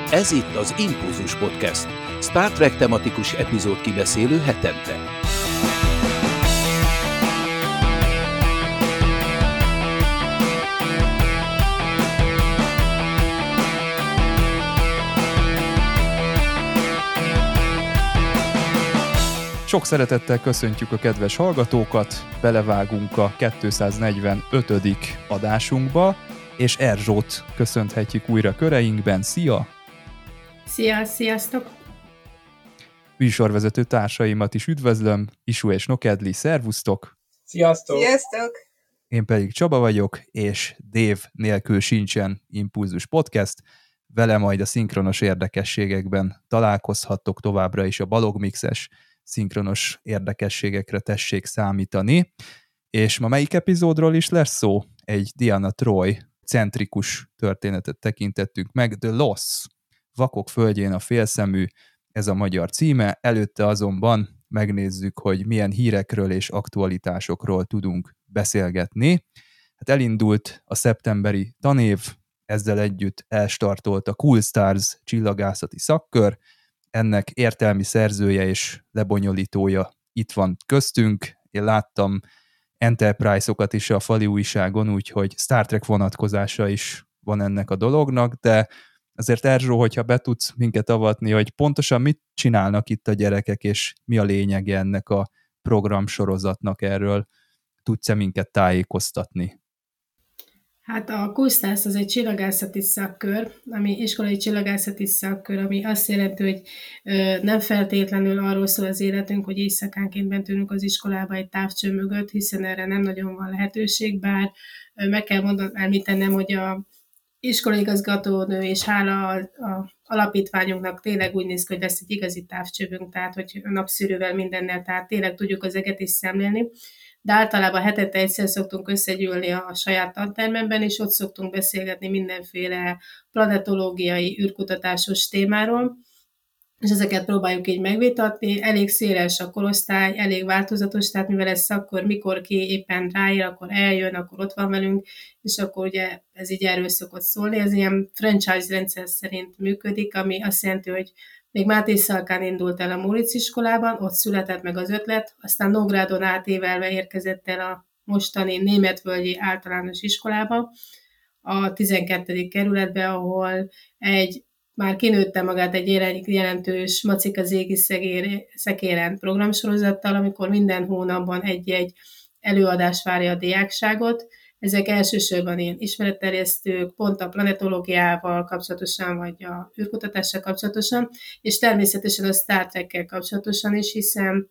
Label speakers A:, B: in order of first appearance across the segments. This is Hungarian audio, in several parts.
A: Ez itt az Impulzus Podcast, Star Trek tematikus epizód kibeszélő hetente.
B: Sok szeretettel köszöntjük a kedves hallgatókat, belevágunk a 245. adásunkba, és Erzsót köszönhetjük újra köreinkben. Szia!
C: Sziasztok!
B: Műsorvezető társaimat is üdvözlöm, Isu és Nokedli, szervusztok!
D: Sziasztok!
E: Sziasztok!
B: Én pedig Csaba vagyok, és Dév nélkül sincsen Impulzus Podcast, vele majd a szinkronos érdekességekben találkozhattok, továbbra is a balogmixes szinkronos érdekességekre tessék számítani. És ma melyik epizódról is lesz szó? Egy Deanna Troi centrikus történetet tekintettünk meg, The Loss, Vakok földjén a félszemű, ez a magyar címe, előtte azonban megnézzük, hogy milyen hírekről és aktualitásokról tudunk beszélgetni. Hát elindult a szeptemberi tanév, ezzel együtt elstartolt a Cool Stars csillagászati szakkör, ennek értelmi szerzője és lebonyolítója itt van köztünk. Én láttam Enterprise-okat is a fali újságon, úgyhogy Star Trek vonatkozása is van ennek a dolognak, de azért Erzsó, hogyha be tudsz minket avatni, hogy pontosan mit csinálnak itt a gyerekek, és mi a lényege ennek a programsorozatnak, erről tudsz-e minket tájékoztatni?
C: Hát a Cool Stars az egy csillagászati szakkör, ami iskolai csillagászati szakkör, ami azt jelenti, hogy nem feltétlenül arról szól az életünk, hogy éjszakánként bent ülünk az iskolába egy távcső mögött, hiszen erre nem nagyon van lehetőség, bár meg kell említenem, hogy a iskolaigazgatónő és hála a alapítványunknak tényleg úgy néz ki, hogy lesz egy igazi távcsövünk, tehát hogy napszűrővel mindennel, tehát tényleg tudjuk az eget is szemlélni. De általában hetente egyszer szoktunk összegyűlni a saját tantermemben, és ott szoktunk beszélgetni mindenféle planetológiai, űrkutatásos témáról, és ezeket próbáljuk így megvitatni. Elég széles a korosztály, elég változatos, tehát mivel ez akkor mikor ki éppen ráér, akkor eljön, akkor ott van velünk, és akkor ugye ez így erről szokott szólni. Ez ilyen franchise rendszer szerint működik, ami azt jelenti, hogy még Máté Szalkán indult el a Móricz iskolában, ott született meg az ötlet, aztán Nógrádon átévelve érkezett el a mostani Németvölgyi általános iskolába, a 12. kerületbe, ahol már kinőtte magát egy jelentős Macika Zégi szekéren programsorozattal, amikor minden hónapban egy-egy előadás várja a diákságot. Ezek elsősorban ilyen ismeretterjesztők, pont a planetológiával kapcsolatosan, vagy a űrkutatással kapcsolatosan, és természetesen a Star Trekkel kapcsolatosan is, hiszen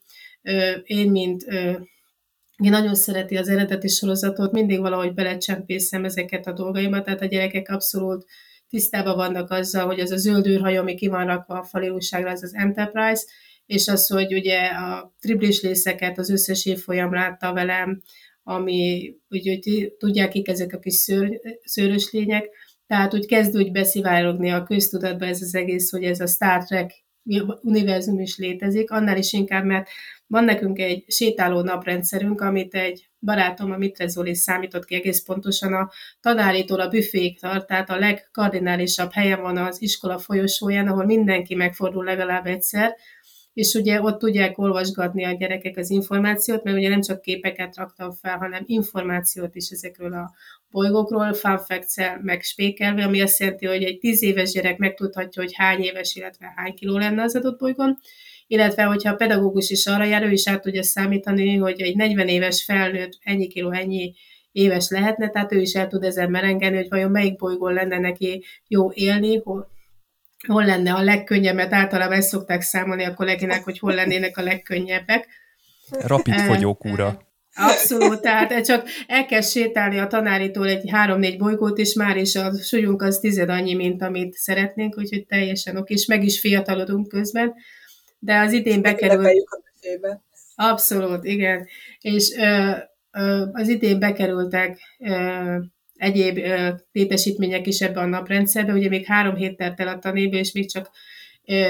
C: én nagyon szereti az eredeti sorozatot, mindig valahogy belecsempészem ezeket a dolgaimat, tehát a gyerekek abszolút tisztában vannak azzal, hogy az a zöld űrhajó, ami ki van rakva a fali újságra, az az Enterprise, és az, hogy ugye a triplislészeket az összes évfolyam látta velem, ami úgy tudják, kik ezek a kis szőrös lények, tehát úgy kezd úgy beszivárogni a köztudatba ez az egész, hogy ez a Star Trek univerzum is létezik, annál is inkább, mert van nekünk egy sétáló naprendszerünk, amit egy barátom, a Mitre Zoli számított ki egész pontosan, a tanáritól a büféig tart, tehát a legkardinálisabb helyen van az iskola folyosóján, ahol mindenki megfordul legalább egyszer, és ugye ott tudják olvasgatni a gyerekek az információt, mert ugye nem csak képeket raktam fel, hanem információt is ezekről a bolygókról, fun facts-el megspékelve, ami azt jelenti, hogy egy 10 éves gyerek megtudhatja, hogy hány éves, illetve hány kiló lenne az adott bolygón, illetve hogyha a pedagógus is arra jár, ő is át tudja számítani, hogy egy 40 éves felnőtt ennyi kiló, ennyi éves lehetne, tehát ő is el tud ezen merengeni, hogy vajon melyik bolygón lenne neki jó élni, hol lenne a legkönnyebb, mert általában ezt szokták számolni a kollégének, hogy hol lennének a legkönnyebbek.
B: Rapid fogyókúra.
C: Abszolút, tehát csak el kell sétálni a tanáritól egy 3-4 bolygót, és már is a súlyunk az 10 annyi, mint amit szeretnénk, úgyhogy teljesen oké, és meg is fiatalodunk közben. De az idén bekerült... Abszolút, igen. És az idén bekerültek egyéb létesítmények is ebbe a naprendszerbe, ugye még 3 hét telt el a tanévbe, és még csak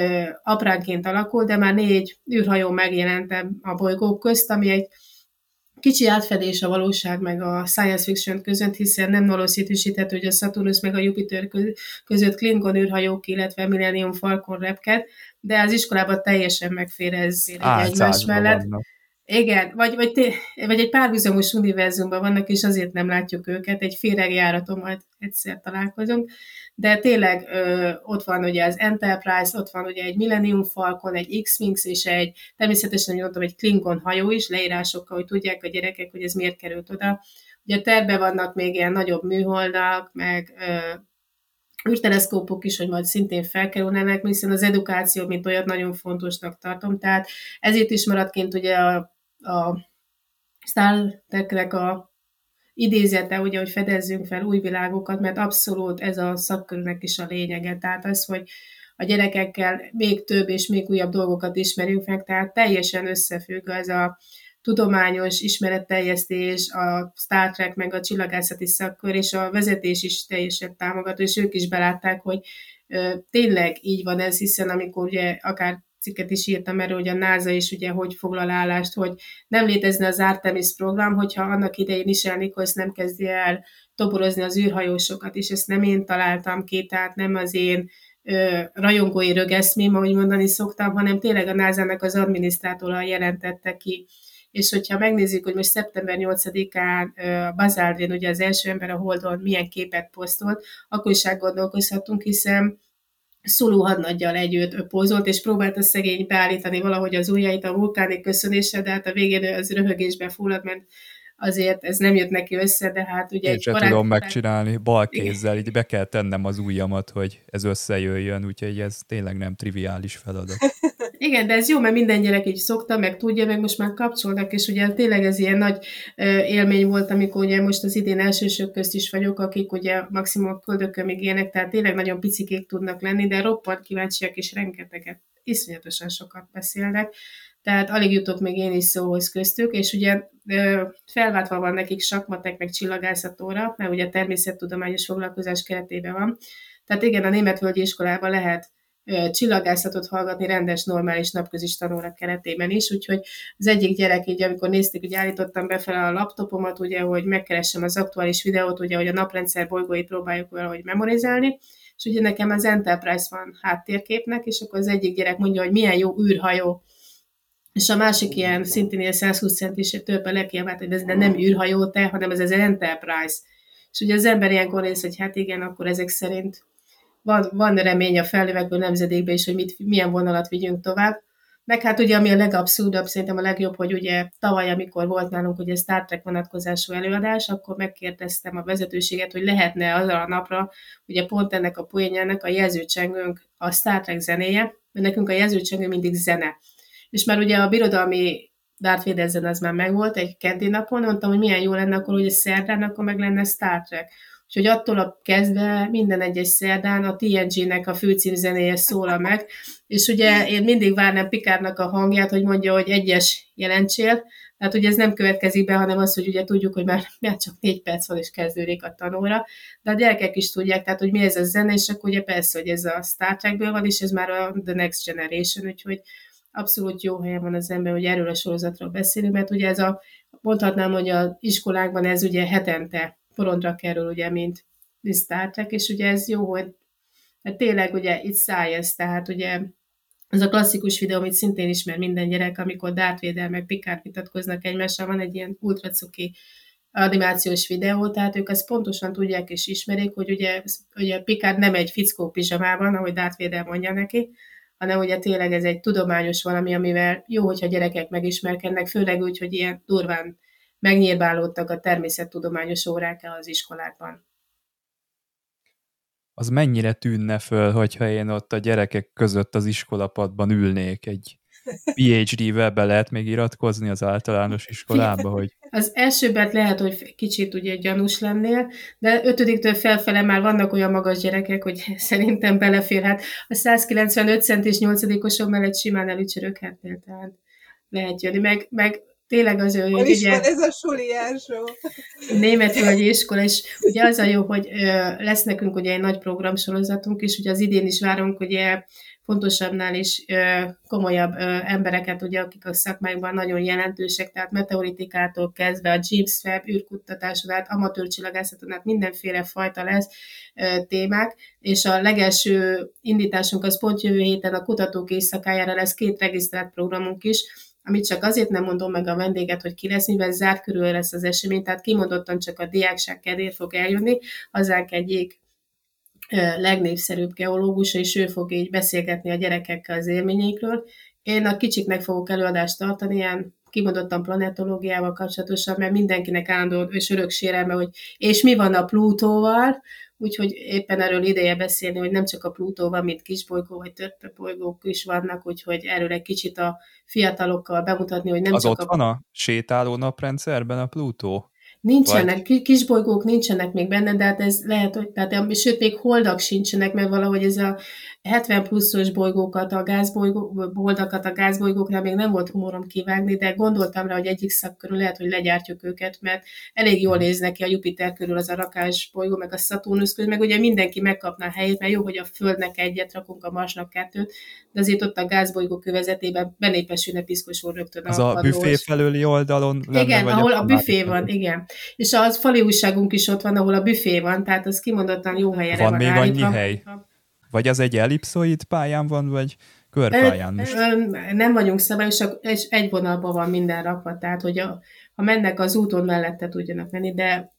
C: apránként alakul, de már 4 űrhajó megjelent a bolygók közt, ami egy kicsi átfedés a valóság meg a science fiction között, hiszen nem valószínűsíthető, hogy a Saturnus meg a Jupiter között Klingon űrhajók, illetve Millennium Falcon repked, de az iskolában teljesen megfér ez egymás mellett.
B: Vannak.
C: Igen, vagy egy párhuzamos univerzumban vannak, és azért nem látjuk őket, egy féregjáraton majd egyszer találkozunk, de tényleg ott van ugye az Enterprise, ott van ugye egy Millennium Falcon, egy X-Wings, és természetesen mondtam, egy Klingon hajó is, leírásokkal, hogy tudják a gyerekek, hogy ez miért került oda. Ugye tervben vannak még ilyen nagyobb műholdak, meg űrteleszkópok is, hogy majd szintén felkerülnek, hiszen az edukáció, mint olyat nagyon fontosnak tartom, tehát ezért is maradt kint ugye a Star Trek-nek a idézete, ugye, hogy fedezzünk fel új világokat, mert abszolút ez a szakkörnek is a lényege. Tehát az, hogy a gyerekekkel még több és még újabb dolgokat ismerjünk meg, tehát teljesen összefügg az a tudományos ismeretterjesztés, a Star Trek, meg a csillagászati szakkör, és a vezetés is teljesen támogató, és ők is belátták, hogy tényleg így van ez, hiszen amikor ugye akár cikket is írtam erről, hogy a NASA is ugye hogy foglal állást, hogy nem létezne az Artemis program, hogyha annak idején Michelle Nichols nem kezdi el toborozni az űrhajósokat, és ezt nem én találtam ki, tehát nem az én rajongói rögeszmém, ahogy mondani szoktam, hanem tényleg a NASA-nak az adminisztrátora jelentette ki. És hogyha megnézzük, hogy most szeptember 8-án Buzz Aldrin, ugye az első ember a Holdon milyen képet posztolt, akkor is elgondolkozhatunk, hiszen Szuló hadnaggyal együtt pózolt, és próbálta szegény beállítani valahogy az ujjait a vulkáni köszönésre, de hát a végén az röhögésbe fulladt, mert azért ez nem jött neki össze, de hát ugye...
B: Én sem tudom megcsinálni, bal kézzel, így be kell tennem az ujjamat, hogy ez összejöjjön, úgyhogy ez tényleg nem triviális feladat.
C: Igen, de ez jó, mert minden gyerek így szokta, meg tudja, meg most már kapcsolnak, és ugye tényleg ez ilyen nagy élmény volt, amikor ugye most az idén elsősök közt is vagyok, akik ugye maximum a köldökömig élnek, tehát tényleg nagyon picikék tudnak lenni, de roppant kíváncsiak, és rengeteget, iszonyatosan sokat beszélnek, tehát alig jutok még én is szóhoz köztük, és ugye felváltva van nekik sakmatek, meg csillagászatóra, mert ugye természettudományos foglalkozás keretében van. Tehát igen, a Németvölgyi Iskolában lehet csillagászatot hallgatni rendes, normális napközis tanóra keretében is, úgyhogy az egyik gyerek így, amikor nézték, hogy állítottam befele a laptopomat, ugye, hogy megkeressem az aktuális videót, ugye, hogy a naprendszer bolygóit próbáljuk valahogy memorizálni, és ugye nekem az Enterprise van háttérképnek, és akkor az egyik gyerek mondja, hogy milyen jó űrhajó, és a másik ilyen szintén ilyen 120 centis törpe lekiabált, hogy ez de nem űrhajó te, hanem ez az Enterprise. És ugye az ember ilyenkor néz, hogy hát igen, akkor ezek szerint van remény a felnövekvő nemzedékben is, hogy milyen vonalat vigyünk tovább. Meg hát ugye, ami a legabszurdabb, szerintem a legjobb, hogy ugye tavaly, amikor volt nálunk ugye Star Trek vonatkozású előadás, akkor megkérdeztem a vezetőséget, hogy lehetne arra a napra, ugye pont ennek a poénjának a jelzőcsengőnk a Star Trek zenéje, mert nekünk a jelzőcsengő mindig zene. És már ugye a birodalmi Darth Vader zene az már megvolt egy keddi napon, mondtam, hogy milyen jó lenne akkor, hogy szerdán akkor meg lenne Star Trek. Úgyhogy attól kezdve minden egyes szerdán a TNG-nek a főcímzenéje szólal meg, és ugye én mindig várnám Picardnak a hangját, hogy mondja, hogy egyes jelentsél, tehát ugye ez nem következik be, hanem az, hogy ugye tudjuk, hogy már csak 4 perc van, és kezdődik a tanóra, de a gyerekek is tudják, tehát hogy mi ez a zene, és akkor ugye persze, hogy ez a Star Trekből van, és ez már a The Next Generation, úgyhogy abszolút jó helyen van az ember, hogy erről a sorozatról beszélünk, mert ugye ez mondhatnám, hogy az iskolákban ez ugye hetente porondra kerül, ugye, mint Star Trek, és ugye ez jó, hogy tényleg ugye itt science, tehát ugye ez a klasszikus videó, amit szintén ismer minden gyerek, amikor Darth Vader meg Picard vitatkoznak egymással, van egy ilyen ultracuki animációs videó, tehát ők azt pontosan tudják és ismerik, hogy ugye Picard nem egy fickó pizsamában, ahogy Darth Vader mondja neki, hanem ugye tényleg ez egy tudományos valami, amivel jó, hogyha gyerekek megismerkednek, főleg úgy, hogy ilyen durván megnyírbálódtak a természettudományos órák az iskolákban.
B: Az mennyire tűnne föl, hogyha én ott a gyerekek között az iskolapadban ülnék? Egy PhD-vel be lehet még iratkozni az általános iskolába? Hogy...
C: Az elsőben lehet, hogy kicsit ugye gyanús lennél, de 5-től felfele már vannak olyan magas gyerekek, hogy szerintem belefér. Hát a 195 centis 8-osok mellett simán elücsöröghetnél, tehát lehet jönni. Meg tényleg az ő, hogy
D: ugye... ez a suliásó.
C: Németvölgyi iskola, és ugye az a jó, hogy lesz nekünk ugye egy nagy programsorozatunk, és ugye az idén is várunk ugye fontosabbnál is komolyabb embereket, ugye, akik a szakmákban nagyon jelentősek, tehát meteoritikától kezdve a James Webb űrkutatáson át, amatőr csillagászaton át mindenféle fajta lesz témák, és a legelső indításunk az pont jövő héten a kutatók éjszakájára lesz 2 regisztrált programunk is, amit csak azért nem mondom meg a vendéget, hogy ki lesz, mivel zárt körül lesz az esemény, tehát kimondottan csak a diákság kedvéért fog eljönni, hazánk egyik legnépszerűbb geológusa, és ő fog így beszélgetni a gyerekekkel az élményeikről. Én a kicsiknek fogok előadást tartani, ilyen kimondottan planetológiával kapcsolatosan, mert mindenkinek állandó és örök sérelme, hogy és mi van a Plutóval, úgyhogy éppen erről ideje beszélni, hogy nem csak a Plutó van, mint kisbolygó, vagy törpebolygók is vannak, úgyhogy erről egy kicsit a fiatalokkal bemutatni, hogy nem
B: az
C: csak
B: ott van a sétáló naprendszerben a Plutó?
C: Nincsenek, kisbolygók nincsenek még benne, de hát ez lehet, hogy, tehát, sőt, még holdak sincsenek, mert valahogy ez a 70 pluszos bolygókat, holdakat a gázbolygókra még nem volt humorom kivágni, de gondoltam rá, hogy egyik szak körül lehet, hogy legyártjuk őket, mert elég jól néznek ki a Jupiter körül az a rakás bolygó, meg a Szaturnusz körül, meg ugye mindenki megkapná a helyét, mert jó, hogy a Földnek egyet rakunk, a Marsnak 2, de azért ott a gázbolygók övezetében benépesülne piszkosul rögtön
B: az a büfé felőli oldalon lenne,
C: igen,
B: vagy
C: ahol a büfé van, igen. És az fali újságunk is ott van, ahol a büfé van, tehát az kimondottan jó helyre
B: van.
C: Van
B: még
C: állítva.
B: annyi hely? Vagy az egy ellipszoid pályán van, vagy körpályán is?
C: Nem vagyunk szabályosak, és egy vonalban van minden rakva, tehát hogy ha mennek az úton mellette tudjanak menni, de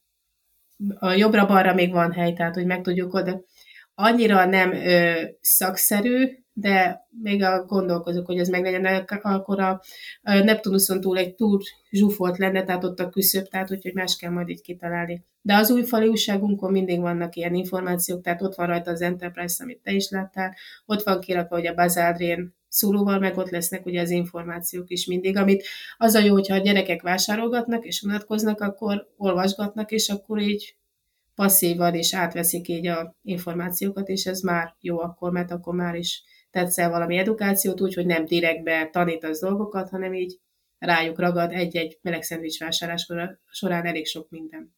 C: a jobbra-balra még van hely, tehát hogy meg tudjuk oda. Annyira nem szakszerű, de még gondolkozok, hogy ez meglegyen, de akkor a Neptunuszon túl egy túl zsúfolt lenne, tehát ott a küszöb, tehát úgyhogy más kell majd így kitalálni. De az újfali újságunkon mindig vannak ilyen információk, tehát ott van rajta az Enterprise, amit te is láttál, ott van kirakva, hogy a Buzz Aldrin szólóval, meg ott lesznek ugye az információk is mindig, amit az a jó, hogyha a gyerekek vásárolgatnak és unatkoznak, akkor olvasgatnak, és akkor így passzívan is átveszik így a információkat, és ez már jó akkor, mert akkor már is tetszel valami edukációt, úgy, hogy nem direktbe tanítasz dolgokat, hanem így rájuk ragad egy-egy meleg szendvics vásárlás során elég sok minden.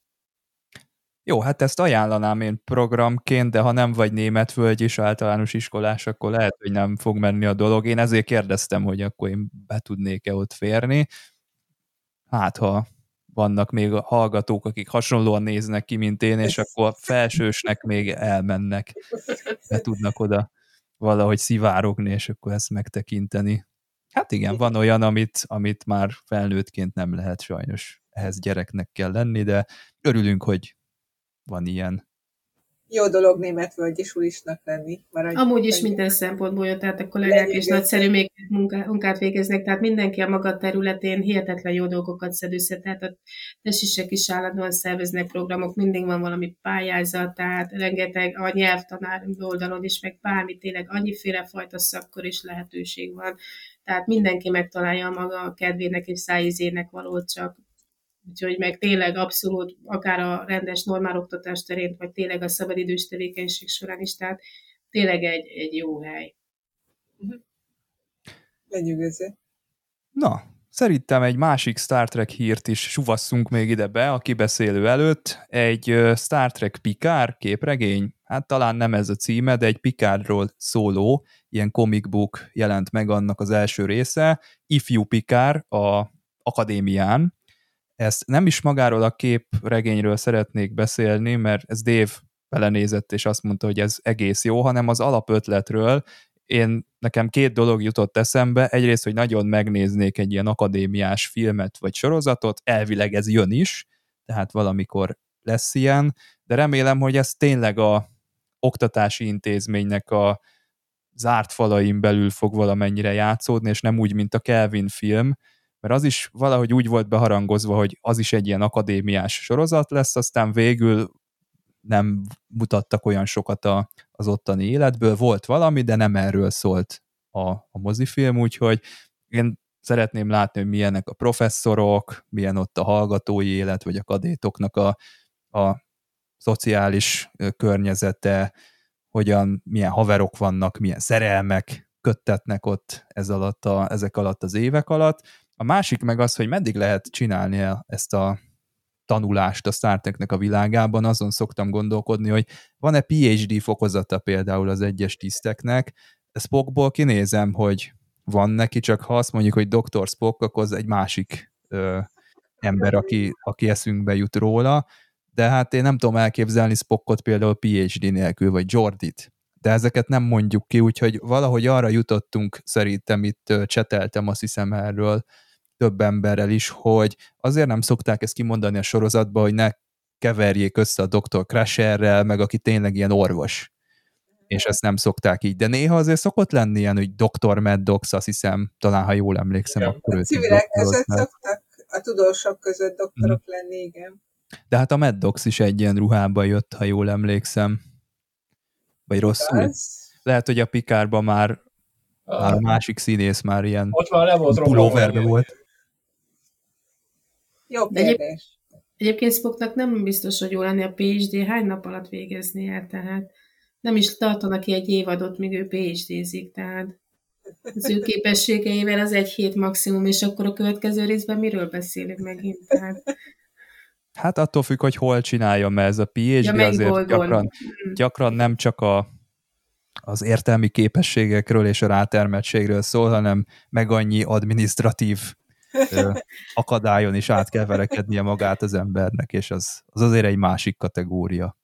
B: Jó, hát ezt ajánlanám én programként, de ha nem vagy németvölgy és általános iskolás, akkor lehet, hogy nem fog menni a dolog. Én ezért kérdeztem, hogy akkor én be tudnék-e ott férni. Hát, ha vannak még a hallgatók, akik hasonlóan néznek ki, mint én, és akkor felsősnek még elmennek. Be tudnak oda valahogy szivárogni, és akkor ezt megtekinteni. Hát igen, van olyan, amit már felnőttként nem lehet sajnos. Ehhez gyereknek kell lenni, de örülünk, hogy van ilyen.
D: Jó dolog németvölgy és ulisnak lenni.
C: Amúgy is minden szempontból jó, tehát a kollégák is nagyszerű még munkát végeznek, tehát mindenki a maga területén hihetetlen jó dolgokat szed össze, tehát a tesisek is állandóan szerveznek programok, mindig van valami pályázat, tehát rengeteg a nyelvtanár oldalon is, meg bármi, tényleg annyiféle fajta szakkör és lehetőség van, tehát mindenki megtalálja a maga kedvének és szájízének valót, csak úgyhogy meg tényleg abszolút, akár a rendes normál oktatás terén, vagy tényleg a szabadidős tevékenység során is, tehát tényleg egy jó hely.
D: Lenyűgöző.
B: Na, szerintem egy másik Star Trek hírt is suvasszunk még ide be a kibeszélő előtt. Egy Star Trek Picard képregény, hát talán nem ez a címe, de egy Picardról szóló, ilyen comic book jelent meg annak az első része, Ifjú Picard a akadémián. Ezt nem is magáról a képregényről szeretnék beszélni, mert ez Dave belenézett, és azt mondta, hogy ez egész jó, hanem az alapötletről. Nekem 2 dolog jutott eszembe. Egyrészt, hogy nagyon megnéznék egy ilyen akadémiás filmet vagy sorozatot, elvileg ez jön is, tehát valamikor lesz ilyen, de remélem, hogy ez tényleg a oktatási intézménynek a zárt falain belül fog valamennyire játszódni, és nem úgy, mint a Kelvin film, mert az is valahogy úgy volt beharangozva, hogy az is egy ilyen akadémiás sorozat lesz, aztán végül nem mutattak olyan sokat az ottani életből, volt valami, de nem erről szólt a mozifilm, úgyhogy én szeretném látni, hogy milyenek a professzorok, milyen ott a hallgatói élet, vagy a kadétoknak a szociális környezete, milyen haverok vannak, milyen szerelmek köttetnek ott ezek alatt az évek alatt. A másik meg az, hogy meddig lehet csinálni ezt a tanulást a Star Treknek a világában, azon szoktam gondolkodni, hogy van-e PhD fokozata például az egyes tiszteknek, Spockból kinézem, hogy van neki, csak ha azt mondjuk, hogy Dr. Spock, akkor az egy másik ember, aki eszünkbe jut róla, de hát én nem tudom elképzelni Spockot például PhD nélkül, vagy Geordi-t, de ezeket nem mondjuk ki, úgyhogy valahogy arra jutottunk, szerintem itt cseteltem, azt hiszem erről több emberrel is, hogy azért nem szokták ezt kimondani a sorozatba, hogy ne keverjék össze a Dr. Crusherrel, meg aki tényleg ilyen orvos. És ezt nem szokták így. De néha azért szokott lenni ilyen, hogy Dr. Maddox, azt hiszem, talán ha jól emlékszem,
E: Igen.
B: akkor őt
D: Civilek között
B: doktorozták.
D: szoktak a tudósok között doktorok lenni, igen.
B: De hát a Maddox is egy ilyen ruhába jött, ha jól emlékszem. Vagy rosszul?
D: Az,
B: Lehet, hogy a Picardban már a másik színész már ilyen
E: Ott már le volt
B: pulóverbe volt.
D: jó
C: De
D: kérdés.
C: Egyébként Spocknak nem biztos, hogy jó lenni a PhD, hány nap alatt végezni el, tehát nem is tartanak ki egy évadot, míg ő PhD-zik, tehát az ő képességeivel az 1 hét maximum, és akkor a következő részben miről beszélünk megint, tehát
B: Hát attól függ, hogy hol csinálja, mert ez a PhD azért gyakran nem csak az értelmi képességekről és a rátermettségről szól, hanem meg annyi adminisztratív akadályon is át kell verekednie magát az embernek, és az azért egy másik kategória.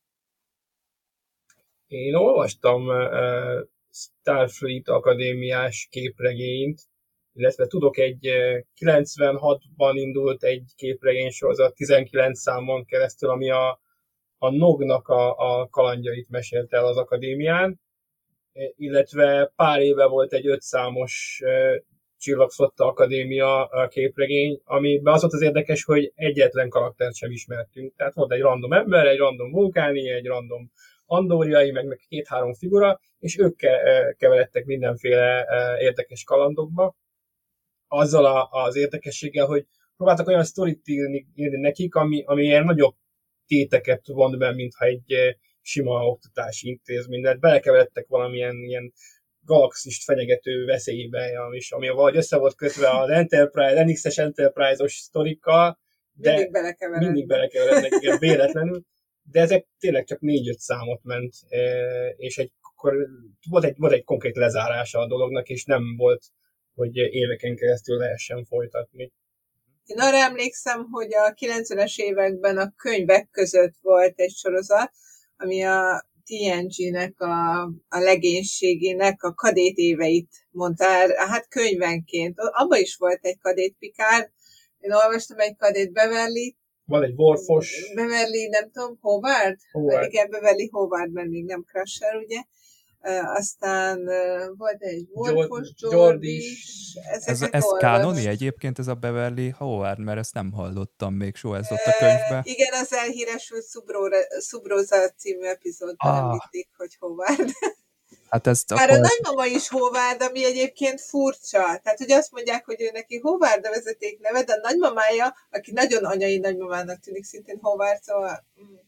E: Én olvastam Starfleet akadémiás képregényt, illetve tudok egy 96-ban indult egy képregénysorozat 19 számon keresztül, ami a Nognak a kalandjait mesélte el az akadémián, illetve pár éve volt egy 5 számos Csillagflotta Akadémia képregény, amiben az volt az érdekes, hogy egyetlen karaktert sem ismertünk. Tehát volt egy random ember, egy random vulkáni, egy random andóriai, meg 2-3 figura, és ők keveredtek mindenféle érdekes kalandokba. Azzal az érdekességgel, hogy próbáltak olyan sztorit írni nekik, ami ilyen nagyobb téteket vont be, mintha egy sima oktatási intézmény. Tehát belekeveredtek valamilyen ilyen galaxist fenyegető veszélybe, ami valahogy össze volt kötve az Enterprise, NX-es Enterprise-os sztorikkal, de mindig belekeverednek, igen, véletlenül, de ezek tényleg csak 4-5 számot ment, és akkor volt egy konkrét lezárása a dolognak, és nem volt, hogy éveken keresztül lehessen folytatni.
D: Én arra emlékszem, hogy a 90-es években a könyvek között volt egy sorozat, ami a TNG-nek a legénységének a kadét éveit mondta el, hát könyvenként. Abban is volt egy kadét Picard, én olvastam egy kadét Beverly.
E: Van egy Worfos.
D: Beverly, nem tudom, Howard? Igen, Beverly Howard, mert még nem Crusher, ugye? Aztán volt egy Worfos, Geordi is.
B: Ez kánoni egyébként, ez a Beverly Howard, mert ezt nem hallottam még soha, ez ott a könyvben.
D: Igen, az elhíresült Subrosa című epizódban említik, hogy Howard.
B: Hát ezt
D: már a nagymama is Howard, ami egyébként furcsa. Tehát, hogy azt mondják, hogy ő neki Howard a vezeték neve, de a nagymamája, aki nagyon anyai nagymamának tűnik, szintén Howard, szóval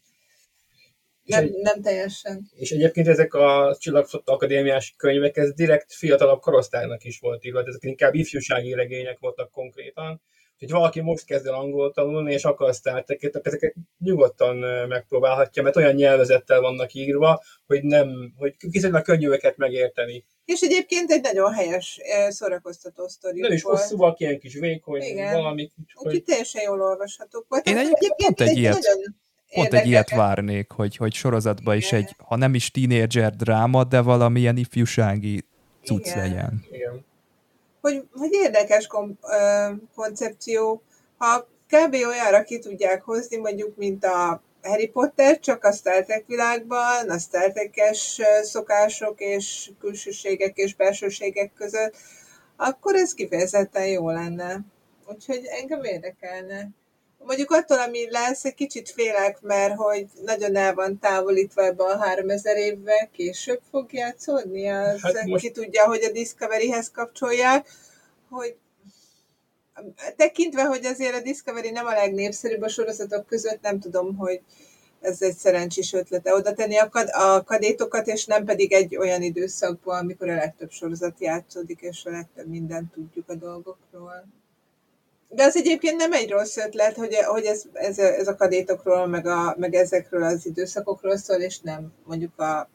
D: nem teljesen.
E: És egyébként ezek a Csillagflotta Akadémiás könyvek, ez direkt fiatalabb korosztálynak is volt írva, ezek inkább ifjúsági regények voltak konkrétan. Úgyhogy valaki most kezd el angol tanulni, és akar Star Trek-et, akkor ezeket nyugodtan megpróbálhatja, mert olyan nyelvezettel vannak írva, hogy viszonylag könnyű őket megérteni.
D: És egyébként egy nagyon helyes, szórakoztató sztori.
E: Nem is hosszúak, ilyen kis vékony, valamik.
D: Úgyhogy teljesen jól olvashatók volt.
B: Én egyébként pont egy ilyet várnék, hogy sorozatban is egy, ha nem is tínédzser dráma, de valamilyen ifjúsági cucc legyen.
E: Igen.
D: Hogy érdekes koncepció, ha kb. Olyanra ki tudják hozni, mondjuk, mint a Harry Potter, csak a Star Trek világban, a Star Trek-es szokások és külsőségek és belsőségek között, akkor ez kifejezetten jó lenne. Úgyhogy engem érdekelne. Mondjuk attól, ami lesz, egy kicsit félek, mert hogy nagyon el van távolítva ebben a 3000 évvel, később fog játszódni, ki tudja, hogy a Discoveryhez kapcsolják, hogy tekintve, hogy azért a Discovery nem a legnépszerűbb a sorozatok között, nem tudom, hogy ez egy szerencsés ötlete oda tenni a kadétokat, és nem pedig egy olyan időszakban, amikor a legtöbb sorozat játszódik, és a legtöbb mindent tudjuk a dolgokról. De az egyébként nem egy rossz ötlet, hogy ez a kadétokról, meg ezekről az időszakokról szól, és nem mondjuk a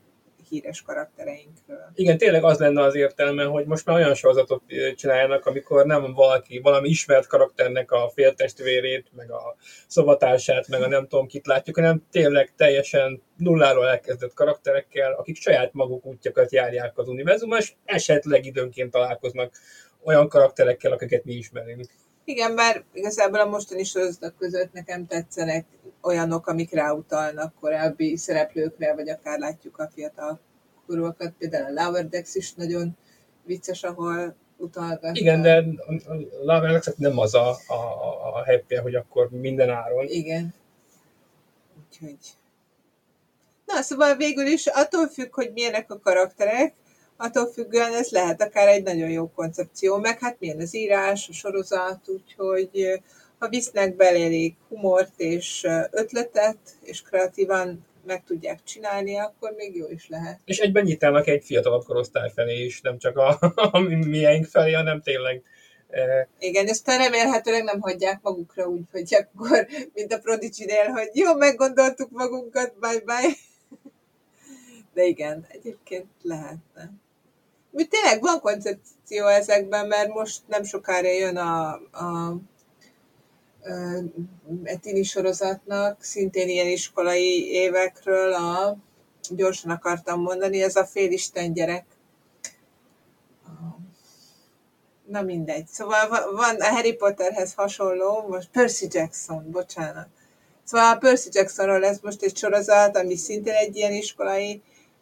D: híres karaktereinkről.
E: Igen, tényleg az lenne az értelme, hogy most már olyan sorozatot csináljanak, amikor nem valami ismert karakternek a féltestvérét, meg a szobatársát, meg a nem tudom kit látjuk, hanem tényleg teljesen nulláról elkezdett karakterekkel, akik saját maguk útjakat járják az univerzumban, és esetleg időnként találkoznak olyan karakterekkel, akiket mi ismerünk.
D: Igen, bár igazából a mostani sorozatok között nekem tetszenek olyanok, amik ráutalnak korábbi szereplőkre, vagy akár látjuk a fiatal korúakat. Például a Lower Decks is nagyon vicces, ahol utalgat.
E: Igen, de a Lower Decks nem az a happy, hogy akkor minden áron.
D: Igen. Úgyhogy... Na, szóval végül is attól függ, hogy milyenek a karakterek, attól függően ez lehet akár egy nagyon jó koncepció, meg hát milyen az írás, a sorozat, úgyhogy ha visznek belé humort és ötletet, és kreatívan meg tudják csinálni, akkor még jó is lehet.
E: És egyben nyitálnak egy fiatalabb korosztály felé is, nem csak a miénk felé, hanem tényleg...
D: Igen, ezt remélhetőleg nem hagyják magukra úgy, hogy akkor, mint a Prodigy-nél, hogy jó, meggondoltuk magunkat, bye-bye. De igen, egyébként lehetne. Tényleg van koncepció ezekben, mert most nem sokára jön a tini sorozatnak, szintén ilyen iskolai évekről, gyorsan akartam mondani, ez a Félisten gyerek. Na mindegy. Szóval van a Harry Potterhez hasonló, most Percy Jackson, bocsánat. Szóval a Percy Jacksonról lesz most egy sorozat, ami szintén egy ilyen iskolai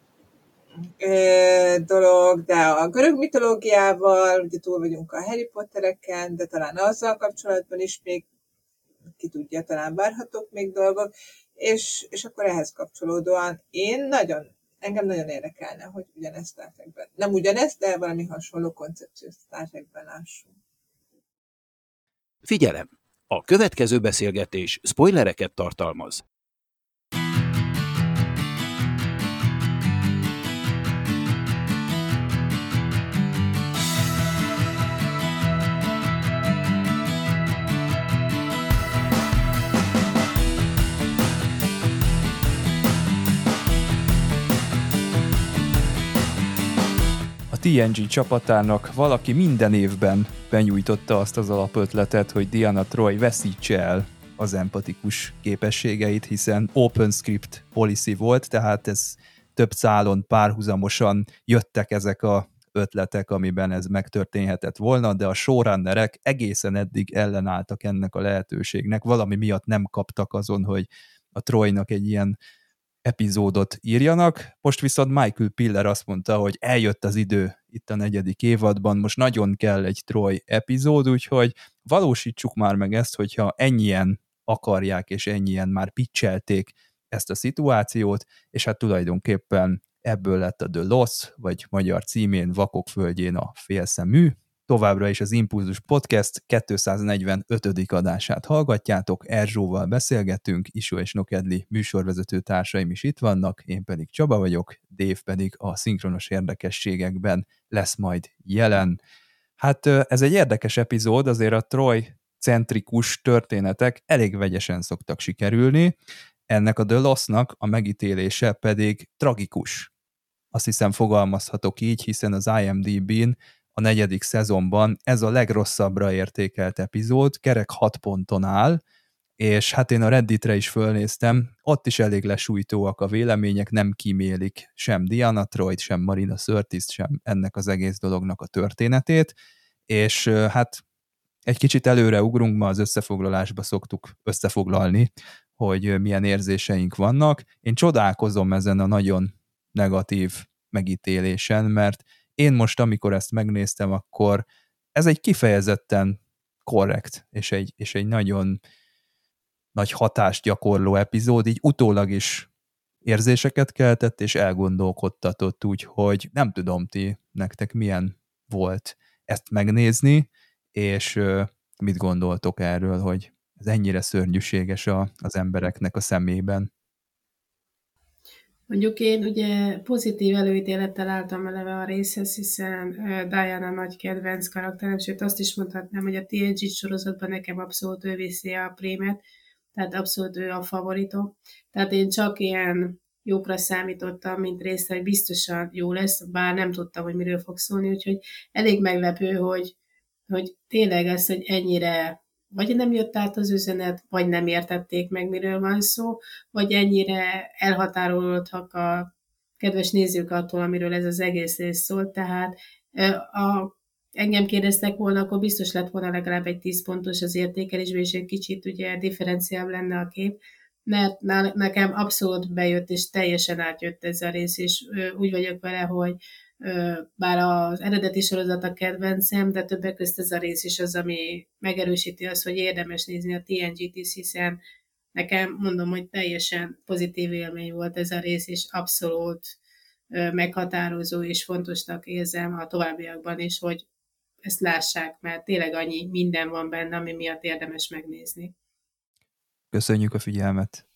D: dolog, de a görög mitológiával, ugye túl vagyunk a Harry Pottereken, de talán azzal kapcsolatban is még ki tudja, talán várhatók még dolgok, és akkor ehhez kapcsolódóan engem nagyon érdekelne, hogy ugyanezt Star Trekben. Nem ugyanezt, de valami hasonló koncepciót Star Trekben lássunk.
A: Figyelem! A következő beszélgetés spoilereket tartalmaz.
B: TNG csapatának valaki minden évben benyújtotta azt az alapötletet, hogy Deanna Troi veszítse el az empatikus képességeit, hiszen open script policy volt, tehát ez több szálon párhuzamosan jöttek ezek a ötletek, amiben ez megtörténhetett volna, de a showrunnerek egészen eddig ellenálltak ennek a lehetőségnek, valami miatt nem kaptak azon, hogy a Troinak egy ilyen epizódot írjanak. Most viszont Michael Piller azt mondta, hogy eljött az idő itt a 4. évadban, most nagyon kell egy Troi epizód, úgyhogy valósítsuk már meg ezt, hogyha ennyien akarják, és ennyien már pitchelték ezt a szituációt, és hát tulajdonképpen ebből lett a The Loss, vagy magyar címén Vakok földjén a félszemű. Továbbra is az Impulzus Podcast 245. adását hallgatjátok, Erzsóval beszélgetünk, Isó és Nokedli műsorvezető társaim is itt vannak, én pedig Csaba vagyok, Dave pedig a szinkronos érdekességekben lesz majd jelen. Hát ez egy érdekes epizód, azért a Troi-centrikus történetek elég vegyesen szoktak sikerülni, ennek a The Loss-nak a megítélése pedig tragikus. Azt hiszem fogalmazhatok így, hiszen az IMDb-n a 4. szezonban ez a legrosszabbra értékelt epizód, kerek 6 ponton áll, és hát én a Redditre is fölnéztem, ott is elég lesújtóak a vélemények, nem kímélik sem Deanna Troit, sem Marina Sirtis, sem ennek az egész dolognak a történetét, és hát egy kicsit előre ugrunk, ma az összefoglalásba szoktuk összefoglalni, hogy milyen érzéseink vannak. Én csodálkozom ezen a nagyon negatív megítélésen, mert én most, amikor ezt megnéztem, akkor ez egy kifejezetten korrekt, és egy nagyon nagy hatást gyakorló epizód, így utólag is érzéseket keltett, és elgondolkodtatott, úgyhogy nem tudom nektek milyen volt ezt megnézni, és mit gondoltok erről, hogy ez ennyire szörnyűséges az embereknek a szemében.
C: Mondjuk én ugye pozitív előítélettel álltam eleve a részhez, hiszen Diana nagy kedvenc karakterem, sőt azt is mondhatnám, hogy a TNG sorozatban nekem abszolút ő viszi a prémet, tehát abszolút ő a favoritom. Tehát én csak ilyen jókra számítottam, mint részre, hogy biztosan jó lesz, bár nem tudtam, hogy miről fog szólni, úgyhogy elég meglepő, hogy tényleg ez, hogy ennyire vagy nem jött át az üzenet, vagy nem értették meg, miről van szó, vagy ennyire elhatárolódtak a kedves nézők attól, amiről ez az egész rész szólt, tehát engem kérdeztek volna, akkor biztos lett volna legalább egy 10 pontos az értékelésben, és egy kicsit ugye differenciább lenne a kép, mert nekem abszolút bejött, és teljesen átjött ez a rész, és úgy vagyok vele, hogy bár az eredeti sorozat a kedvencem, de többek közt ez a rész is az, ami megerősíti azt, hogy érdemes nézni a TNG-t, hiszen nekem mondom, hogy teljesen pozitív élmény volt ez a rész, és abszolút meghatározó és fontosnak érzem a továbbiakban is, hogy ezt lássák, mert tényleg annyi minden van benne, ami miatt érdemes megnézni.
B: Köszönjük a figyelmet!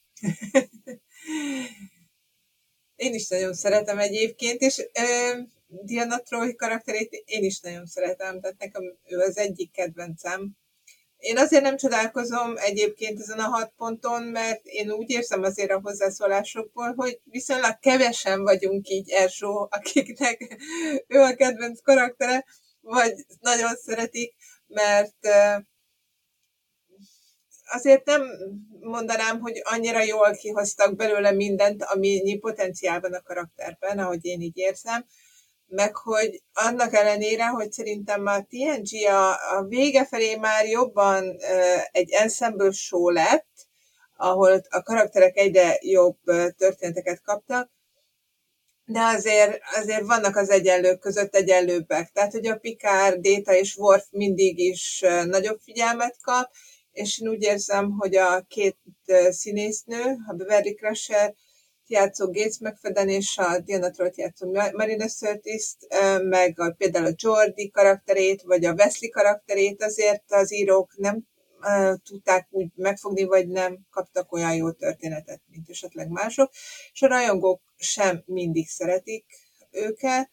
D: Én is nagyon szeretem egyébként, és Diana Troy karakterét én is nagyon szeretem, tehát nekem ő az egyik kedvencem. Én azért nem csodálkozom egyébként ezen a 6 ponton, mert én úgy érzem azért a hozzászólásokból, hogy viszonylag kevesen vagyunk így Erzsó, akiknek ő a kedvenc karaktere, vagy nagyon szeretik, mert azért nem mondanám, hogy annyira jól kihoztak belőle mindent, ami potenciál van a karakterben, ahogy én így érzem, meg hogy annak ellenére, hogy szerintem a TNG a vége felé már jobban egy ensemble show lett, ahol a karakterek egyre jobb történeteket kaptak, de azért vannak az egyenlők között egyenlőbbek. Tehát, hogy a Picard, Data és Worf mindig is nagyobb figyelmet kap, és én úgy érzem, hogy a két színésznő, a Beverly Crusher játszó Gates McFadden és a Diana Troy játszó Marina Sirtis, meg például a Geordi karakterét, vagy a Wesley karakterét azért az írók nem tudták úgy megfogni, vagy nem kaptak olyan jó történetet, mint esetleg mások, és a rajongók sem mindig szeretik őket.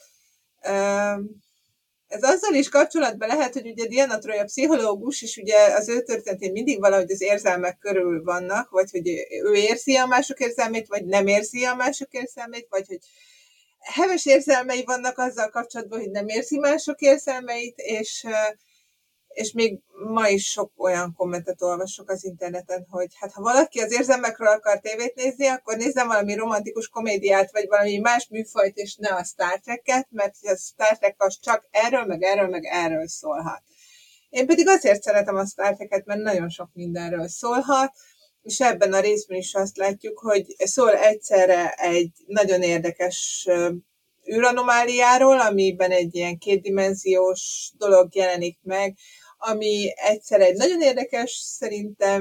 D: Ez azzal is kapcsolatban lehet, hogy ugye Diana Troy a pszichológus, és ugye az ő történetén mindig valahogy az érzelmek körül vannak, vagy hogy ő érzi a mások érzelmét, vagy nem érzi a mások érzelmét, vagy hogy heves érzelmei vannak azzal kapcsolatban, hogy nem érzi mások érzelmeit, és még ma is sok olyan kommentet olvasok az interneten, hogy hát ha valaki az érzelmekről akar tévét nézni, akkor nézzen valami romantikus komédiát, vagy valami más műfajt, és ne a Star Trek-et, mert a Star Trek az csak erről, meg erről, meg erről szólhat. Én pedig azért szeretem a Star Trek-et, mert nagyon sok mindenről szólhat, és ebben a részben is azt látjuk, hogy szól egyszerre egy nagyon érdekes űranomáliáról, amiben egy ilyen kétdimenziós dolog jelenik meg, ami egyszer egy nagyon érdekes szerintem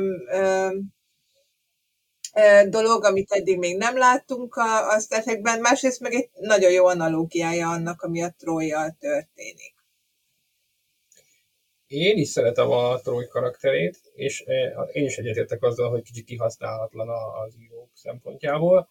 D: dolog, amit eddig még nem láttunk a Star Trekben, másrészt meg egy nagyon jó analógiája annak, ami a Troy-jal történik.
E: Én is szeretem a Troy karakterét, és én is egyetértek azzal, hogy kicsit kihasználhatatlan az írók szempontjából,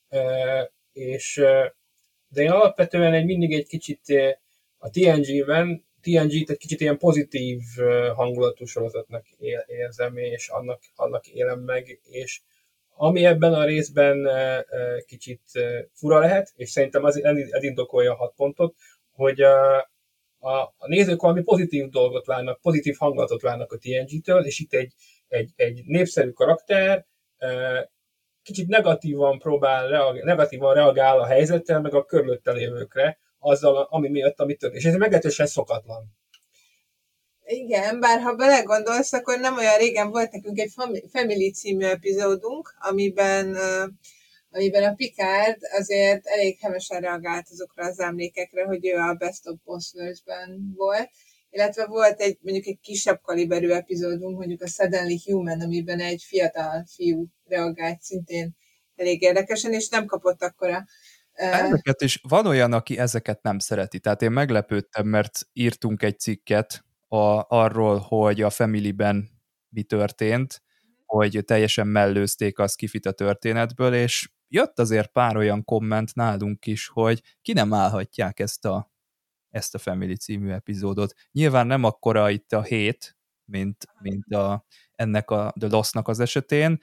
E: de én alapvetően mindig egy kicsit a TNG-t egy kicsit ilyen pozitív hangulatú sorozatnak érzem, és annak élem meg, és ami ebben a részben kicsit fura lehet, és szerintem ez indokolja a 6 pontot, hogy a nézők valami pozitív dolgot várnak, pozitív hangulatot várnak a TNG-től, és itt egy népszerű karakter kicsit negatívan reagál a helyzettel, meg a körülötte lévőkre, azzal, ami miatt, amit történik. És ez meglehetősen szokatlan.
D: Igen, bár ha belegondolsz, akkor nem olyan régen volt nekünk egy Family című epizódunk, amiben a Picard azért elég hevesen reagált azokra az emlékekre, hogy ő a Best of Both Worlds-ben volt, illetve volt mondjuk egy kisebb kaliberű epizódunk, mondjuk a Suddenly Human, amiben egy fiatal fiú reagált szintén elég érdekesen, és nem kapott akkora...
B: Ezeket is, van olyan, aki ezeket nem szereti, tehát én meglepődtem, mert írtunk egy cikket arról, hogy a Family-ben mi történt, hogy teljesen mellőzték a skifit a történetből, és jött azért pár olyan komment nálunk is, hogy ki nem állhatják ezt a Family című epizódot. Nyilván nem akkora itt a hét, mint ennek a The Lost-nak az esetén,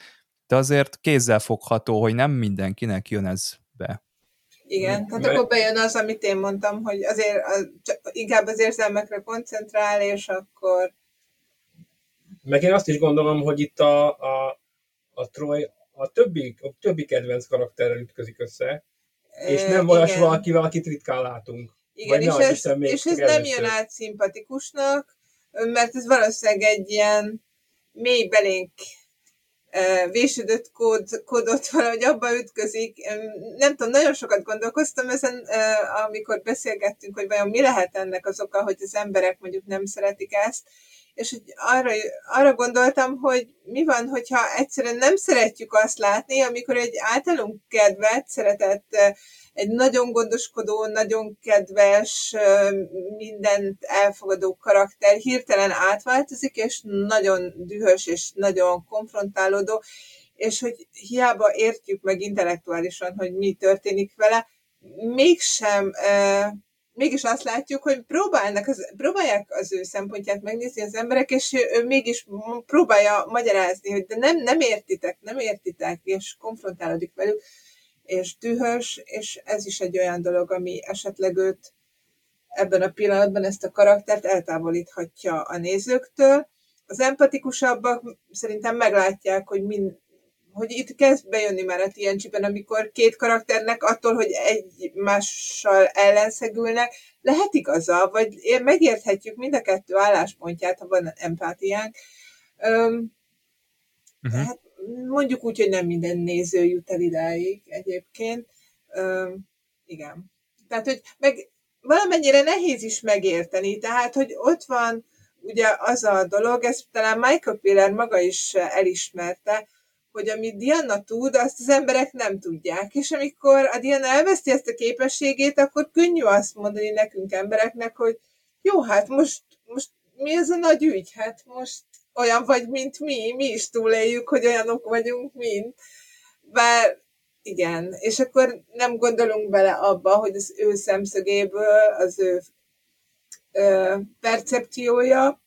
B: de azért kézzelfogható, hogy nem mindenkinek jön ez be.
D: Igen, tehát akkor bejön az, amit én mondtam, hogy azért inkább az érzelmekre koncentrál, és akkor...
E: Meg én azt is gondolom, hogy itt a Troy a többi kedvenc karakterrel ütközik össze, és nem valakivel, akit ritkán látunk.
D: Igen, és ez nem jön át szimpatikusnak, mert ez valószínűleg egy ilyen mély belénk vésődött kódot valahogy abba ütközik. Nem tudom, nagyon sokat gondolkoztam ezen, amikor beszélgettünk, hogy vajon mi lehet ennek az oka, hogy az emberek mondjuk nem szeretik ezt, és hogy arra gondoltam, hogy mi van, hogyha egyszerűen nem szeretjük azt látni, amikor egy általunk kedvelt, szeretett, egy nagyon gondoskodó, nagyon kedves, mindent elfogadó karakter hirtelen átváltozik, és nagyon dühös, és nagyon konfrontálódó, és hogy hiába értjük meg intellektuálisan, hogy mi történik vele, mégis azt látjuk, hogy próbálják az ő szempontját megnézni az emberek, és ő mégis próbálja magyarázni, hogy de nem értitek, és konfrontálódik velük, és dühös, és ez is egy olyan dolog, ami esetleg őt ebben a pillanatban, ezt a karaktert eltávolíthatja a nézőktől. Az empatikusabbak szerintem meglátják, hogy itt kezd bejönni már a TNG-ben, amikor két karakternek attól, hogy egymással ellenszegülnek, lehet igaza, vagy megérthetjük mind a kettő álláspontját, ha van empátiánk. Hát mondjuk úgy, hogy nem minden néző jut el idáig egyébként. Igen. Tehát, hogy meg valamennyire nehéz is megérteni, tehát, hogy ott van ugye az a dolog, ezt talán Michael Piller maga is elismerte, hogy amit Diana tud, azt az emberek nem tudják. És amikor a Diana elveszti ezt a képességét, akkor könnyű azt mondani nekünk embereknek, hogy jó, hát most mi ez a nagy ügy? Hát most olyan vagy, mint mi is túléljük, hogy olyanok vagyunk, mint. Bár igen, és akkor nem gondolunk bele abba, hogy az ő szemszögéből, az ő percepciója,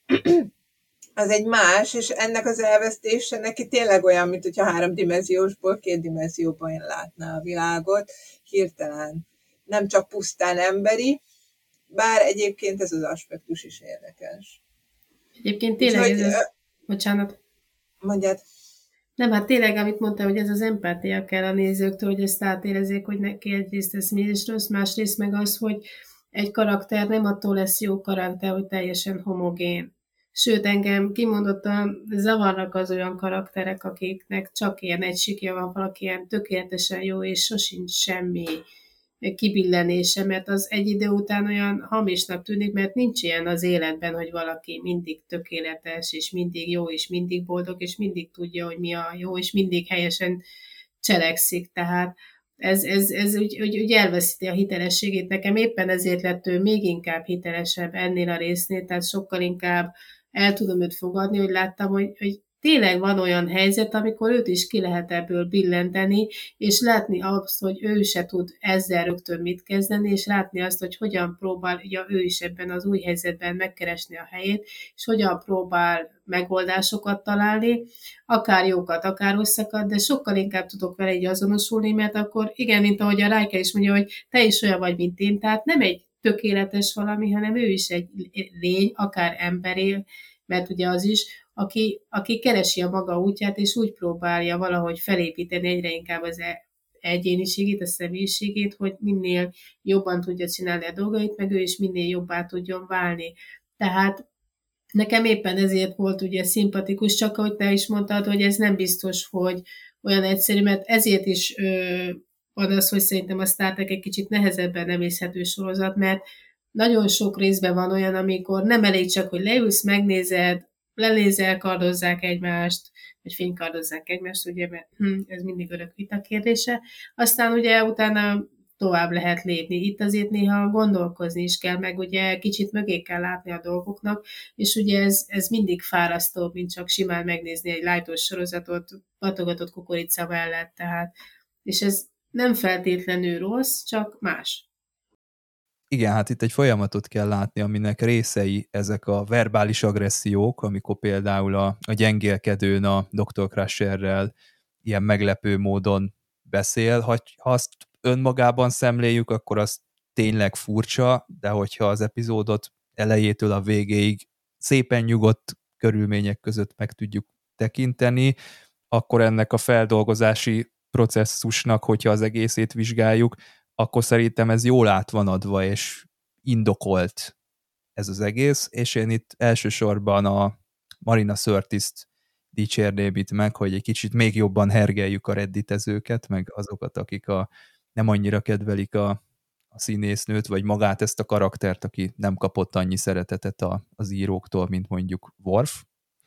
D: az egy más, és ennek az elvesztése neki tényleg olyan, mint hogyha 3 dimenziósból 2 dimenzióban látná a világot hirtelen. Nem csak pusztán emberi, bár egyébként ez az aspektus is érdekes.
C: Egyébként tényleg bocsánat.
D: Mondjad.
C: Nem, hát tényleg, amit mondta, hogy ez az empátia kell a nézőktől, hogy ezt átérezzék, hogy neki egyrészt ez mi is rossz, másrészt meg az, hogy egy karakter nem attól lesz jó karakter, hogy teljesen homogén. Sőt, engem kimondottan zavarnak az olyan karakterek, akiknek csak ilyen egy sikja van, valaki ilyen tökéletesen jó, és sosincs semmi kibillanése, mert az egy idő után olyan hamisnak tűnik, mert nincs ilyen az életben, hogy valaki mindig tökéletes, és mindig jó, és mindig boldog, és mindig tudja, hogy mi a jó, és mindig helyesen cselekszik. Tehát ez úgy elveszíti a hitelességét. Nekem éppen ezért lett ő még inkább hitelesebb ennél a résznél, tehát sokkal inkább el tudom őt fogadni, hogy láttam, hogy tényleg van olyan helyzet, amikor őt is ki lehet ebből billenteni, és látni azt, hogy ő se tud ezzel rögtön mit kezdeni, és látni azt, hogy hogyan próbálja ő is ebben az új helyzetben megkeresni a helyét, és hogyan próbál megoldásokat találni, akár jókat, akár rosszakat, de sokkal inkább tudok vele így azonosulni, mert akkor igen, mint ahogy a Riker is mondja, hogy te is olyan vagy, mint én, tehát nem egy tökéletes valami, hanem ő is egy lény, akár emberi, mert ugye az is, aki keresi a maga útját, és úgy próbálja valahogy felépíteni egyre inkább az egyéniségét, a személyiségét, hogy minél jobban tudja csinálni a dolgait, meg ő is minél jobbá tudjon válni. Tehát nekem éppen ezért volt ugye szimpatikus, csak ahogy te is mondtad, hogy ez nem biztos, hogy olyan egyszerű, mert ezért is van az, hogy szerintem a Star Trek egy kicsit nehezebben emészhető sorozat, mert nagyon sok részben van olyan, amikor nem elég csak, hogy leülsz, megnézed, lelézel, kardozzák egymást, vagy fénykardozzák egymást, ugye, mert ez mindig örök vita kérdése. Aztán ugye utána tovább lehet lépni. Itt azért néha gondolkozni is kell, meg ugye kicsit mögé kell látni a dolgoknak, és ugye ez mindig fárasztóbb, mint csak simán megnézni egy lightos sorozatot patogatott kukorica mellett, tehát, és ez nem feltétlenül rossz, csak más.
B: Igen, hát itt egy folyamatot kell látni, aminek részei ezek a verbális agressziók, amikor például a gyengélkedőn a Dr. Crusherrel ilyen meglepő módon beszél. Ha azt önmagában szemléljük, akkor az tényleg furcsa, de hogyha az epizódot elejétől a végéig szépen nyugodt körülmények között meg tudjuk tekinteni, akkor ennek a feldolgozási processzusnak, hogyha az egészét vizsgáljuk, akkor szerintem ez jól át van adva, és indokolt ez az egész, és én itt elsősorban a Marina Sirtist dicsérném itt meg, hogy egy kicsit még jobban hergeljük a redditezőket, meg azokat, akik nem annyira kedvelik a színésznőt, vagy magát ezt a karaktert, aki nem kapott annyi szeretetet az íróktól, mint mondjuk Worf.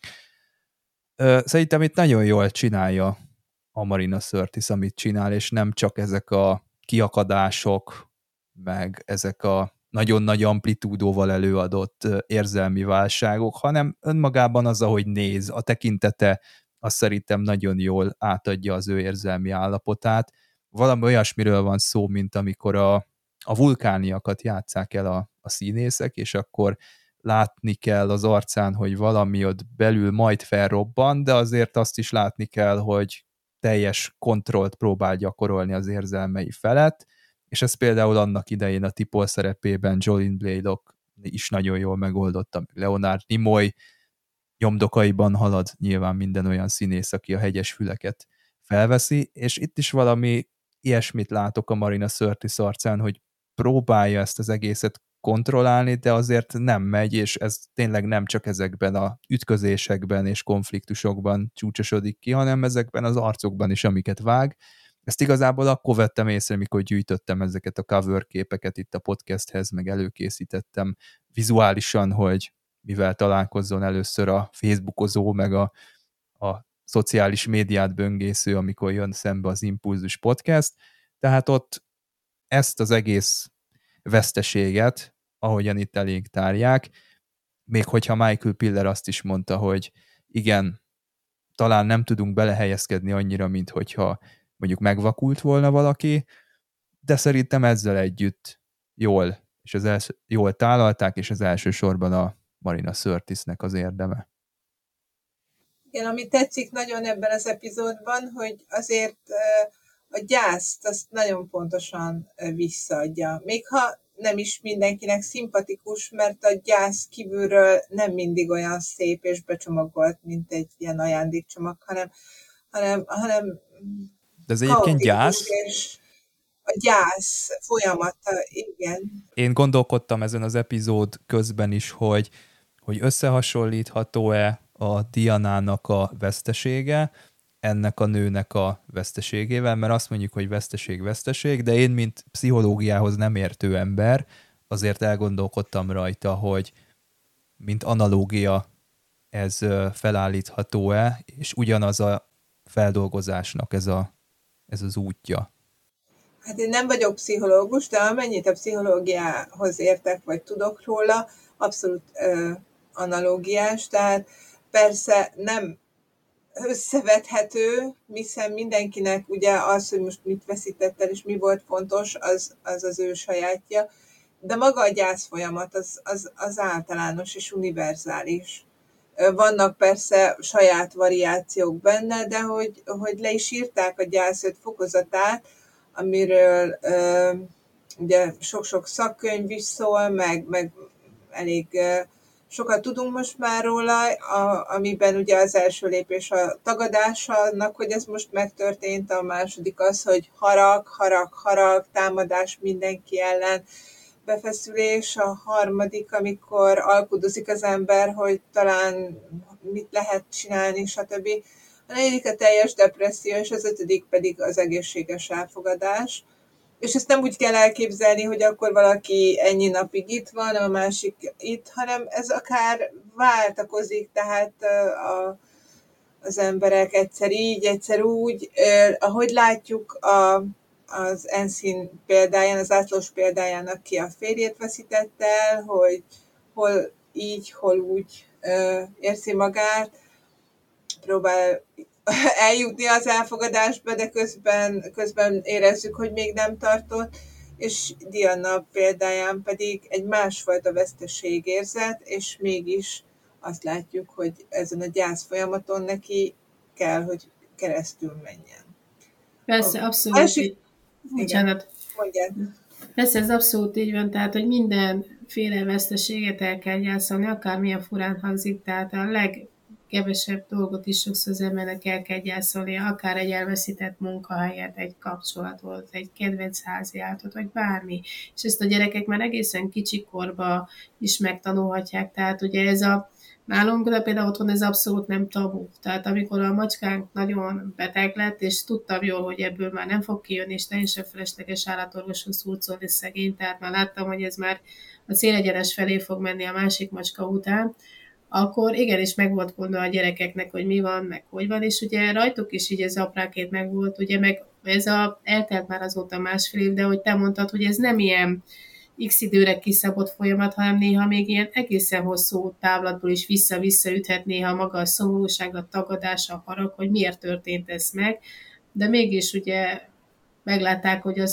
B: Szerintem itt nagyon jól csinálja a Marina Sirtis, amit csinál, és nem csak ezek a kiakadások, meg ezek a nagyon nagy amplitúdóval előadott érzelmi válságok, hanem önmagában az, ahogy néz, a tekintete, azt szerintem nagyon jól átadja az ő érzelmi állapotát. Valami olyasmiről van szó, mint amikor a vulkániakat játsszák el a színészek, és akkor látni kell az arcán, hogy valami ott belül majd felrobban, de azért azt is látni kell, hogy teljes kontrollt próbál gyakorolni az érzelmei felett, és ez például annak idején a T'Pol szerepében Jolene Blalock is nagyon jól megoldotta, Leonard Nimoy nyomdokaiban halad nyilván minden olyan színész, aki a hegyes füleket felveszi, és itt is valami ilyesmit látok a Marina Sirtis arcán, hogy próbálja ezt az egészet kontrollálni, de azért nem megy, és ez tényleg nem csak ezekben a ütközésekben és konfliktusokban csúcsosodik ki, hanem ezekben az arcokban is, amiket vág. Ezt igazából akkor vettem észre, mikor gyűjtöttem ezeket a cover képeket itt a podcasthez, meg előkészítettem vizuálisan, hogy mivel találkozzon először a Facebookozó, meg a szociális médiát böngésző, amikor jön szembe az Impulzus Podcast. Tehát ott ezt az egész veszteséget, ahogyan itt elénk tárják, még hogyha Michael Piller azt is mondta, hogy igen, talán nem tudunk belehelyezkedni annyira, mint hogyha mondjuk megvakult volna valaki, de szerintem ezzel együtt jól tálalták, és az elsősorban a Marina Sirtisnek az érdeme.
D: Igen, ami tetszik nagyon ebben az epizódban, hogy azért a gyászt azt nagyon pontosan visszaadja. Még ha nem is mindenkinek szimpatikus, mert a gyász kívülről nem mindig olyan szép és becsomagolt, mint egy ilyen ajándékcsomag, hanem
B: de ez egyébként gyász?
D: A gyász folyamata, igen.
B: Én gondolkodtam ezen az epizód közben is, hogy összehasonlítható-e a Dianának a vesztesége ennek a nőnek a veszteségével, mert azt mondjuk, hogy veszteség, de én, mint pszichológiához nem értő ember, azért elgondolkodtam rajta, hogy mint analógia ez felállítható-e, és ugyanaz a feldolgozásnak ez az útja.
D: Hát én nem vagyok pszichológus, de amennyit a pszichológiához értek, vagy tudok róla, abszolút analógiás, tehát persze nem összevethető, hiszen mindenkinek ugye az, hogy most mit veszített el, és mi volt fontos, az ő sajátja, de maga a gyász folyamat az általános és univerzális. Vannak persze saját variációk benne, de hogy le is írták a gyász 5 fokozatát, amiről ugye sok-sok szakkönyv is szól, meg elég sokat tudunk most már róla, amiben ugye az első lépés a tagadása annak, hogy ez most megtörtént, a második az, hogy harag, támadás mindenki ellen, befeszülés, a harmadik, amikor alkudozik az ember, hogy talán mit lehet csinálni, stb. A negyedik a teljes depresszió, és az 5. pedig az egészséges elfogadás. És ezt nem úgy kell elképzelni, hogy akkor valaki ennyi napig itt van, a másik itt, hanem ez akár váltakozik, tehát az emberek egyszer így, egyszer úgy. Ahogy látjuk az Ensign példáján, az átlós példájának, ki a férjét veszített el, hogy hol így, hol úgy érzi magát, próbál eljutni az elfogadásba, de közben érezzük, hogy még nem tartott, és Diana példáján pedig egy másfajta veszteségérzet, és mégis azt látjuk, hogy ezen a gyász folyamaton neki keresztül menjen.
C: Persze, abszolút. Bocsánat.
D: Mondjad.
C: Persze, ez abszolút így van, tehát, hogy mindenféle veszteséget el kell gyászolni, akármilyen furán hangzik, tehát a legkevesebb dolgot is sokszor az embernek el kell gyászolni, akár egy elveszített munkahelyet, egy kapcsolatot, egy kedvenc háziállatot, vagy bármi. És ezt a gyerekek már egészen kicsikorban is megtanulhatják, tehát ugye ez nálunk, de például otthon ez abszolút nem tabu. Tehát amikor a macskánk nagyon beteg lett, és tudtam jól, hogy ebből már nem fog kijönni, és teljesen felesleges állatorvoshoz szurcolni szegény, tehát már láttam, hogy ez már a célegyenes felé fog menni a másik macska után, akkor igenis meg volt volna a gyerekeknek, hogy mi van, meg hogy van, és ugye rajtuk is így ez apránként meg volt, ugye meg eltelt már azóta másfél év, de hogy te mondtad, hogy ez nem ilyen x időre kiszabott folyamat, hanem néha még ilyen egészen hosszú távlatból is vissza-vissza üthet néha maga a szomorúság, a tagadás, a harag, hogy miért történt ez meg, de mégis ugye meglátták, hogy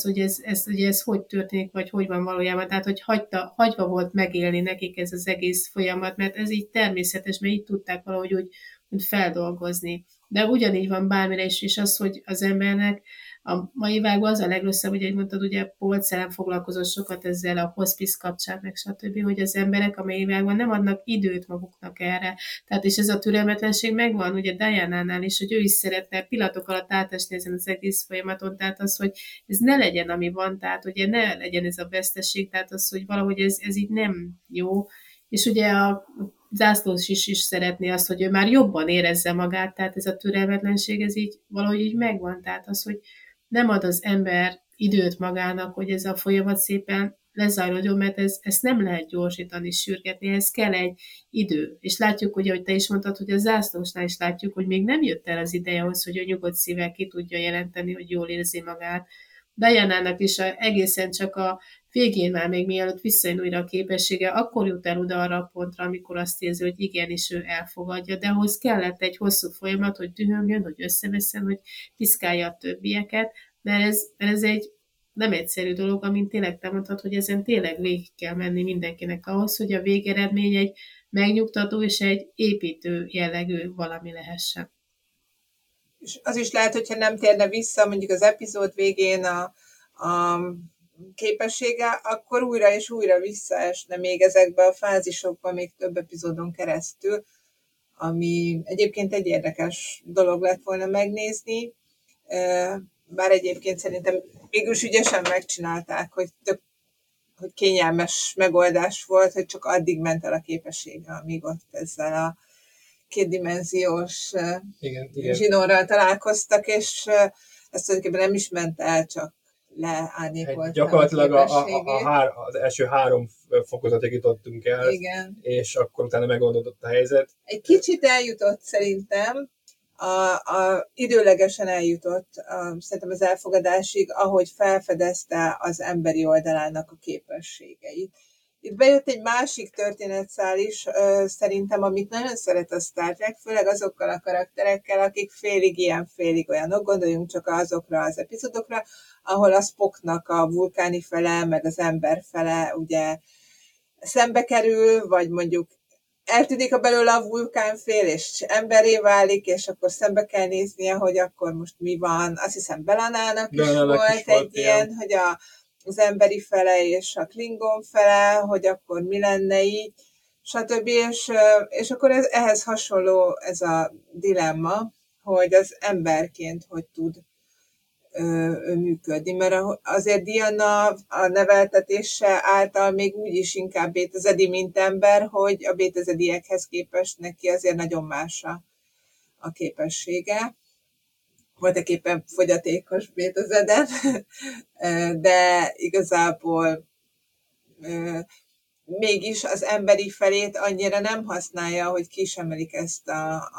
C: ez hogy történik, vagy hogy van valójában, tehát hogy hagyva volt megélni nekik ez az egész folyamat, mert ez így természetes, mert így tudták valahogy úgy feldolgozni. De ugyanígy van bármire is, és az, hogy az embernek a mai világban az a legrosszabb, hogy mondtad, ugye Paul Celan foglalkozott sokat ezzel a hospice kapcsán, meg stb., hogy az emberek a mai világban nem adnak időt maguknak erre. Tehát és ez a türelmetlenség megvan, ugye Diana-nál is, hogy ő is szeretne pillanatok alatt átesni ezen az egész folyamaton, tehát az, hogy ez ne legyen, ami van, tehát ugye ne legyen ez a veszteség, tehát az, hogy valahogy ez így nem jó. És ugye a Zászlós is szeretné azt, hogy ő már jobban érezze magát, tehát ez a türelmetlenség, ez így valahogy így megvan, tehát az, hogy nem ad az ember időt magának, hogy ez a folyamat szépen lezajlódjon, mert ezt nem lehet gyorsítani, sürgetni, ez kell egy idő. És látjuk, ugye, hogy te is mondtad, hogy a Zászlósnál is látjuk, hogy még nem jött el az ideje ahhoz, hogy a nyugodt szívvel ki tudja jelenteni, hogy jól érzi magát. Diana-nak is egészen csak a végén már még mielőtt visszajön újra a képessége, akkor jut el oda arra a pontra, amikor azt érzi, hogy igenis ő elfogadja, de ahhoz kellett egy hosszú folyamat, hogy dühöngjön, hogy összevesszen, hogy piszkálja a többieket, mert ez egy nem egyszerű dolog, amint tényleg te mondtad, hogy ezen tényleg végig kell menni mindenkinek ahhoz, hogy a végeredmény egy megnyugtató és egy építő jellegű valami lehessen.
D: És az is lehet, hogyha nem térne vissza mondjuk az epizód végén a képessége, akkor újra és újra visszaesne még ezekbe a fázisokba, még több epizódon keresztül, ami egyébként egy érdekes dolog lett volna megnézni, bár egyébként szerintem végülis ügyesen megcsinálták, hogy hogy kényelmes megoldás volt, hogy csak addig ment el a képessége, amíg ott ezzel a kétdimenziós zsinórral találkoztak, és ezt tulajdonképpen nem is ment el, csak leárnyékolta
E: gyakorlatilag az első 3 fokozatig jutottunk el,
D: igen.
E: És akkor utána megoldódott a helyzet.
D: Egy kicsit eljutott szerintem, időlegesen eljutott szerintem az elfogadásig, ahogy felfedezte az emberi oldalának a képességeit. Itt bejött egy másik történetszál is, szerintem, amit nagyon szeret a Star Trek, főleg azokkal a karakterekkel, akik félig ilyen, félig olyanok. Gondoljunk csak azokra az epizódokra, ahol a Spocknak a vulkáni fele, meg az ember fele ugye szembe kerül, vagy mondjuk eltűnik a belőle a vulkánfél, és emberré válik, és akkor szembe kell néznie, hogy akkor most mi van. Azt hiszem Belanának is volt egy ilyen, hogy az emberi fele és a Klingon fele, hogy akkor mi lenne így, stb. És akkor ehhez hasonló ez a dilemma, hogy az emberként hogy tud működni, mert azért Diana a neveltetése által még úgyis inkább bétezedi, mint ember, hogy a bétezediekhez képest neki azért nagyon más a képessége. Voltak éppen fogyatékos bétezeden, de igazából mégis az emberi felét annyira nem használja, hogy ki is emelik ezt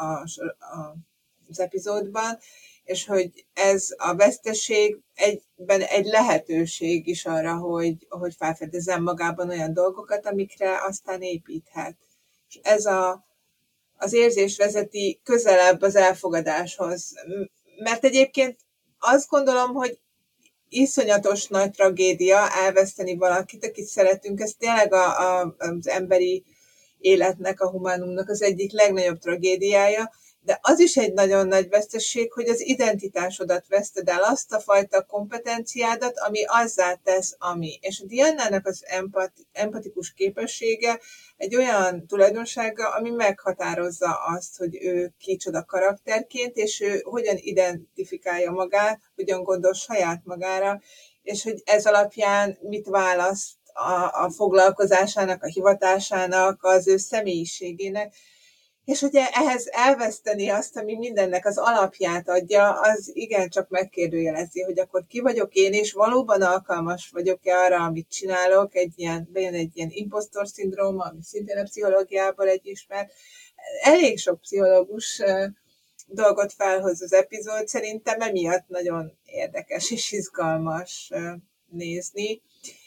D: az epizódban, és hogy ez a veszteség egyben egy lehetőség is arra, hogy felfedezzen magában olyan dolgokat, amikre aztán építhet. És ez az érzés vezeti közelebb az elfogadáshoz. Mert egyébként azt gondolom, hogy iszonyatos nagy tragédia elveszteni valakit, akit szeretünk. Ez tényleg az emberi életnek, a humánumnak az egyik legnagyobb tragédiája, de az is egy nagyon nagy vesztesség, hogy az identitásodat veszted el, azt a fajta kompetenciádat, ami azzá tesz, ami. És a Dianának az empatikus képessége egy olyan tulajdonsága, ami meghatározza azt, hogy ő kicsoda karakterként, és ő hogyan identifikálja magát, hogyan gondol saját magára, és hogy ez alapján mit választ a foglalkozásának, a hivatásának, az ő személyiségének. És ugye ehhez elveszteni azt, ami mindennek az alapját adja, az igencsak megkérdőjelezi, hogy akkor ki vagyok én, és valóban alkalmas vagyok-e arra, amit csinálok, bejön egy ilyen impostor szindróma, ami szintén a pszichológiából egy ismert. Elég sok pszichológus dolgot felhoz az epizód, szerintem emiatt nagyon érdekes és izgalmas nézni.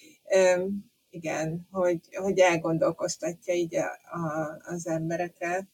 D: Igen, hogy elgondolkoztatja így az embereket.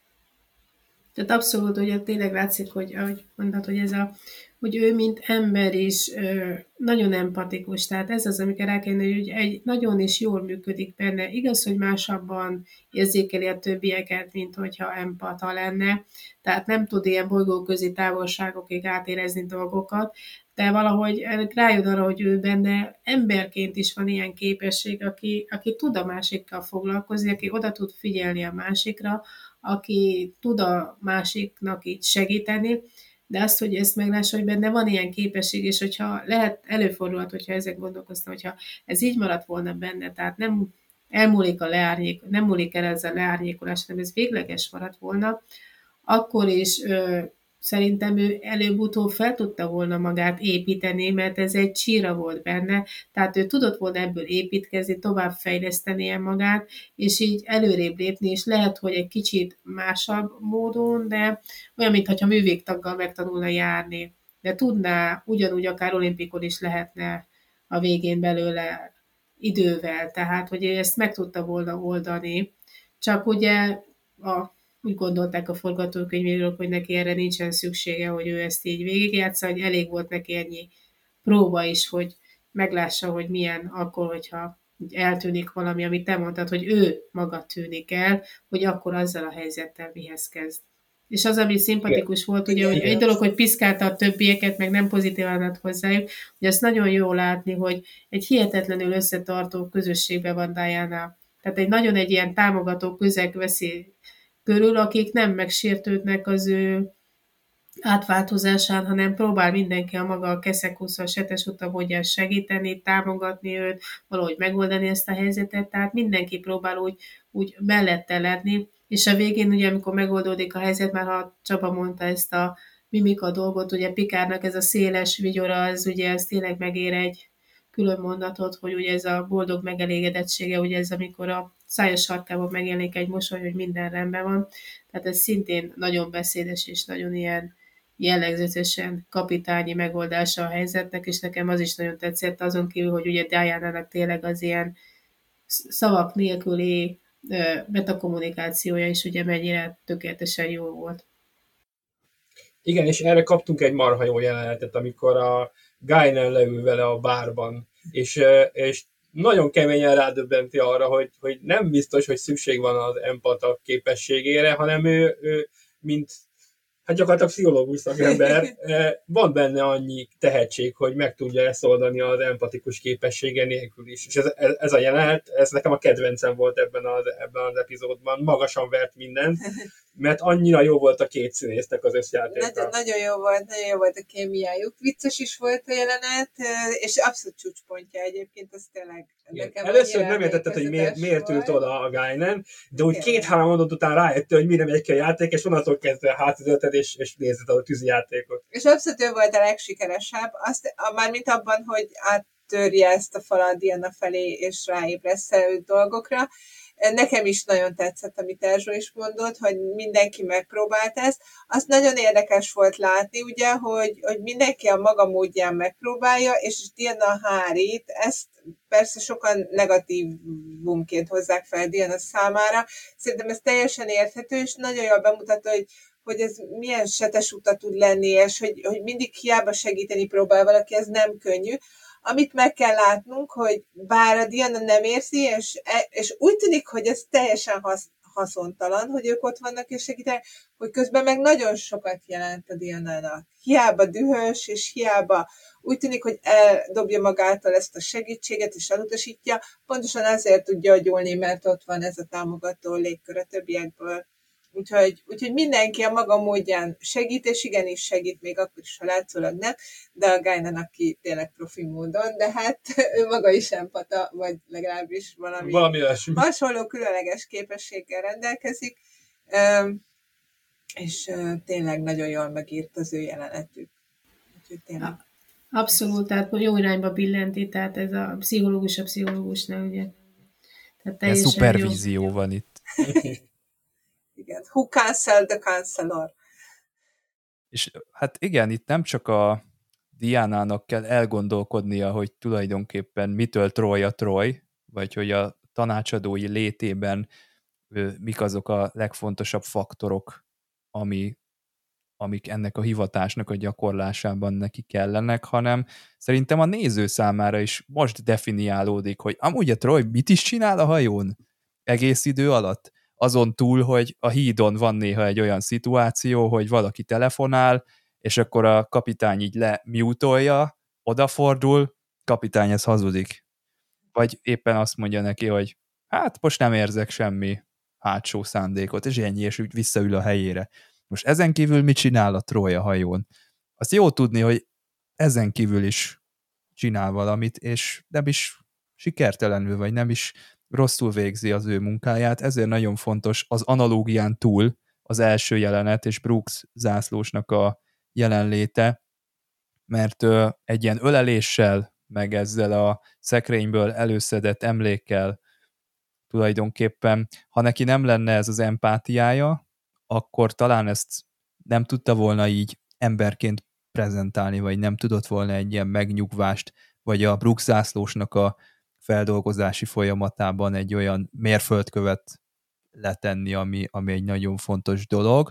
C: Tehát abszolút, ugye tényleg látszik, hogy ahogy mondtad, hogy ő, mint ember is nagyon empatikus. Tehát ez az, amikor rá kell hogy egy nagyon is jól működik benne. Igaz, hogy másabban érzékeli a többieket, mint hogyha empata lenne. Tehát nem tud ilyen bolygóközi távolságokig átérezni dolgokat, de valahogy rájön arra, hogy ő benne emberként is van ilyen képesség, aki tud a másikkal foglalkozni, aki oda tud figyelni a másikra, aki tud a másiknak így segíteni, de azt, hogy ezt meglássa, hogy benne van ilyen képesség, és hogyha előfordulhat, hogyha ezen gondolkoztam, hogyha ez így maradt volna benne, tehát nem elmúlik nem múlik el ez a leárnyékolás, hanem ez végleges maradt volna, akkor is szerintem ő előbb-utóbb fel tudta volna magát építeni, mert ez egy csíra volt benne, tehát ő tudott volna ebből építkezni, továbbfejlesztenie magát, és így előrébb lépni, és lehet, hogy egy kicsit másabb módon, de olyan, mintha művégtaggal megtanulna járni, de tudná, ugyanúgy akár olimpikon is lehetne a végén belőle idővel, tehát hogy ő ezt meg tudta volna oldani, csak ugye úgy gondolták a forgatókönyvírók, hogy neki erre nincsen szüksége, hogy ő ezt így végigjátsza, hogy elég volt neki ennyi próba is, hogy meglássa, hogy milyen akkor, hogyha eltűnik valami, amit te mondtad, hogy ő maga tűnik el, hogy akkor azzal a helyzettel mihez kezd. És az, ami szimpatikus volt, ugye, hogy egy dolog, hogy piszkálta a többieket, meg nem pozitívan ad hozzájuk, hogy azt nagyon jó látni, hogy egy hihetetlenül összetartó közösségben van Diana. Tehát egy ilyen támogató közeg veszi körül, akik nem megsértődnek az ő átváltozásán, hanem próbál mindenki a maga keszekusszal, setes módján segíteni, támogatni őt, valahogy megoldani ezt a helyzetet, tehát mindenki próbál úgy mellette lenni, és a végén ugye, amikor megoldódik a helyzet, már ha Csaba mondta ezt a mimika dolgot, ugye Picardnak ez a széles vigyora, az ugye ez tényleg megér egy külön mondatot, hogy ugye ez a boldog megelégedettsége, ugye ez amikor a szája sarkában megjelenik egy mosoly, hogy minden rendben van. Tehát ez szintén nagyon beszédes és nagyon ilyen jellegzetesen kapitányi megoldása a helyzetnek, és nekem az is nagyon tetszett, azon kívül, hogy ugye Diana-nak tényleg az ilyen szavak nélküli metakommunikációja is ugye mennyire tökéletesen jó volt.
E: Igen, és erre kaptunk egy marha jó jelenetet, amikor a Guinan leül vele a bárban, és nagyon keményen rádöbbenti arra, hogy nem biztos, hogy szükség van az empata képességére, hanem ő mint hát gyakorlatilag pszichológus szakember, van benne annyi tehetség, hogy meg tudja ezt oldani az empatikus képessége nélkül is. És ez a jelenet, ez nekem a kedvencem volt ebben az epizódban, magasan vert mindent, mert annyira jó volt a két színésznek az összjátéka.
D: Nagyon jó volt a kémiájuk. Vicces is volt a jelenet, és abszolút csúcspontja egyébként, az tényleg nekem
E: először nem értetted, hogy miért ült oda a Guinan, de úgy 2-3 mondat után rájöttél, hogy mire megy ki a játék, és onnantól kezdve hátizölted, és nézed a tűzijátékot.
D: És abszolút ő volt a legsikeresebb, mármint abban, hogy áttörje ezt a falat Diana felé, és ráébresz dolgokra. Nekem is nagyon tetszett, amit Erzsó is mondott, hogy mindenki megpróbált ezt. Azt nagyon érdekes volt látni, ugye, hogy mindenki a maga módján megpróbálja, és Diana hárít, ezt persze sokan negatívumként hozzák fel Diana számára. Szerintem ez teljesen érthető, és nagyon jól bemutatja, hogy ez milyen setes utat tud lenni, és hogy mindig hiába segíteni próbál valaki, ez nem könnyű. Amit meg kell látnunk, hogy bár a Diana nem érzi, és úgy tűnik, hogy ez teljesen haszontalan, hogy ők ott vannak és segítenek, hogy közben meg nagyon sokat jelent a Dianának. Hiába dühös, és hiába úgy tűnik, hogy eldobja magától ezt a segítséget, és elutasítja, pontosan ezért tud gyógyulni, mert ott van ez a támogató légkör a többiekből. Úgyhogy mindenki a maga módján segít, és igenis segít, még akkor is, ha látszólag nem, de a Guinan, aki tényleg profi módon, de hát ő maga is empata, vagy legalábbis valami hasonló különleges képességgel rendelkezik, és tényleg nagyon jól megírt az ő jelenetük. Úgyhogy tényleg.
C: Abszolút, tehát jó irányba billenti, tehát ez a pszichológusnál, ugye. Tehát
B: ilyen szupervízió van itt.
D: Igen. Who cancelled the counselor?
B: És hát igen, itt nem csak a Diánának kell elgondolkodnia, hogy tulajdonképpen mitől Troy a Troy, vagy hogy a tanácsadói létében mik azok a legfontosabb faktorok, amik ennek a hivatásnak a gyakorlásában neki kellenek, hanem szerintem a néző számára is most definiálódik, hogy amúgy a Troy mit is csinál a hajón egész idő alatt. Azon túl, hogy a hídon van néha egy olyan szituáció, hogy valaki telefonál, és akkor a kapitány így lemutolja, odafordul, kapitány, ez hazudik. Vagy éppen azt mondja neki, hogy hát most nem érzek semmi hátsó szándékot, és ennyi, és úgy visszaül a helyére. Most ezen kívül mit csinál a Troy a hajón? Azt jó tudni, hogy ezen kívül is csinál valamit, és nem is sikertelenül, vagy nem is rosszul végzi az ő munkáját, ezért nagyon fontos az analógián túl az első jelenet és Brooks zászlósnak a jelenléte, mert egy ilyen öleléssel, meg ezzel a szekrényből előszedett emlékkel tulajdonképpen, ha neki nem lenne ez az empátiája, akkor talán ezt nem tudta volna így emberként prezentálni, vagy nem tudott volna egy ilyen megnyugvást, vagy a Brooks zászlósnak a feldolgozási folyamatában egy olyan mérföldkövet letenni, ami egy nagyon fontos dolog.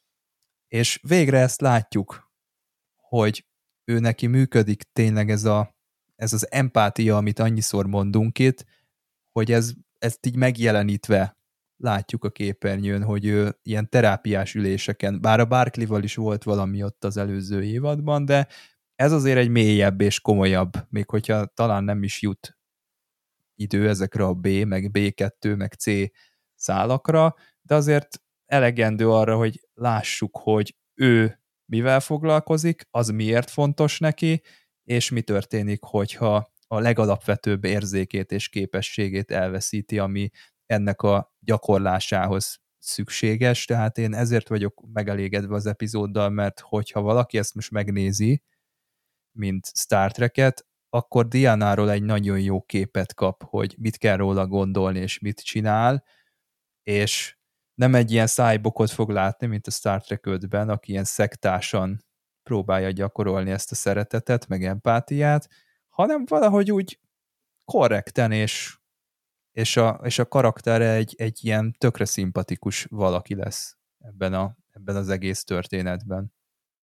B: És végre ezt látjuk, hogy ő neki működik tényleg ez az empátia, amit annyiszor mondunk itt, hogy ezt így megjelenítve látjuk a képernyőn, hogy ő ilyen terápiás üléseken, bár a Barclayval is volt valami ott az előző évadban, de ez azért egy mélyebb és komolyabb, még hogyha talán nem is jut idő ezekre a B, meg B2, meg C szálakra, de azért elegendő arra, hogy lássuk, hogy ő mivel foglalkozik, az miért fontos neki, és mi történik, hogyha a legalapvetőbb érzékét és képességét elveszíti, ami ennek a gyakorlásához szükséges, tehát én ezért vagyok megelégedve az epizóddal, mert hogyha valaki ezt most megnézi, mint Star Trek-et, akkor Dianáról egy nagyon jó képet kap, hogy mit kell róla gondolni, és mit csinál, és nem egy ilyen szájbokot fog látni, mint a Star Trek 5-ben, aki ilyen szektásan próbálja gyakorolni ezt a szeretetet, meg empátiát, hanem valahogy úgy korrekten, és a karaktere egy ilyen tökre szimpatikus valaki lesz ebben az egész történetben.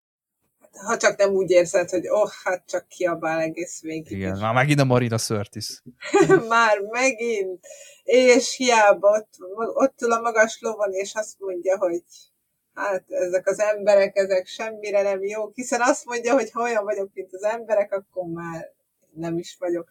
D: Ha csak nem úgy érzed, hogy hát csak kiabál egész végig.
B: Igen, már megint a Marina Sirtis.
D: Már megint. És hiába ott ül a magas lovon, és azt mondja, hogy hát ezek az emberek, ezek semmire nem jók, hiszen azt mondja, hogy ha olyan vagyok, mint az emberek, akkor már nem is vagyok.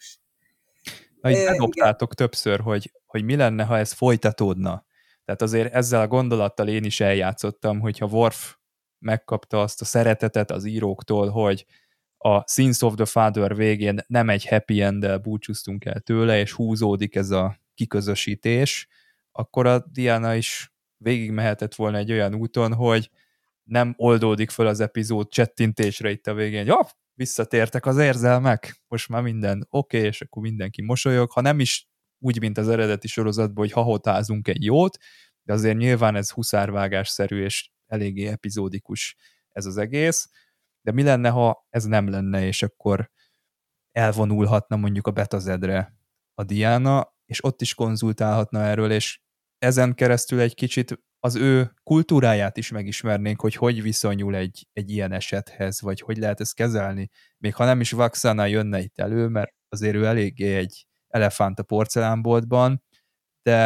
B: Bedobtátok többször, hogy mi lenne, ha ez folytatódna. Tehát azért ezzel a gondolattal én is eljátszottam, hogyha Worf megkapta azt a szeretetet az íróktól, hogy a Sins of the Father végén nem egy happy end-del búcsúztunk el tőle, és húzódik ez a kiközösítés, akkor a Diana is végigmehetett volna egy olyan úton, hogy nem oldódik föl az epizód csettintésre itt a végén, hogy visszatértek az érzelmek, most már minden oké, és akkor mindenki mosolyog, ha nem is úgy, mint az eredeti sorozatban, hogy hahotázunk egy jót, de azért nyilván ez huszárvágásszerű, és eléggé epizódikus ez az egész, de mi lenne, ha ez nem lenne, és akkor elvonulhatna mondjuk a Betazedre a Diana, és ott is konzultálhatna erről, és ezen keresztül egy kicsit az ő kultúráját is megismernénk, hogy viszonyul egy ilyen esethez, vagy hogy lehet ezt kezelni. Még ha nem is Vaxana jönne itt elő, mert azért ő eléggé egy elefánt a porcelánboltban, de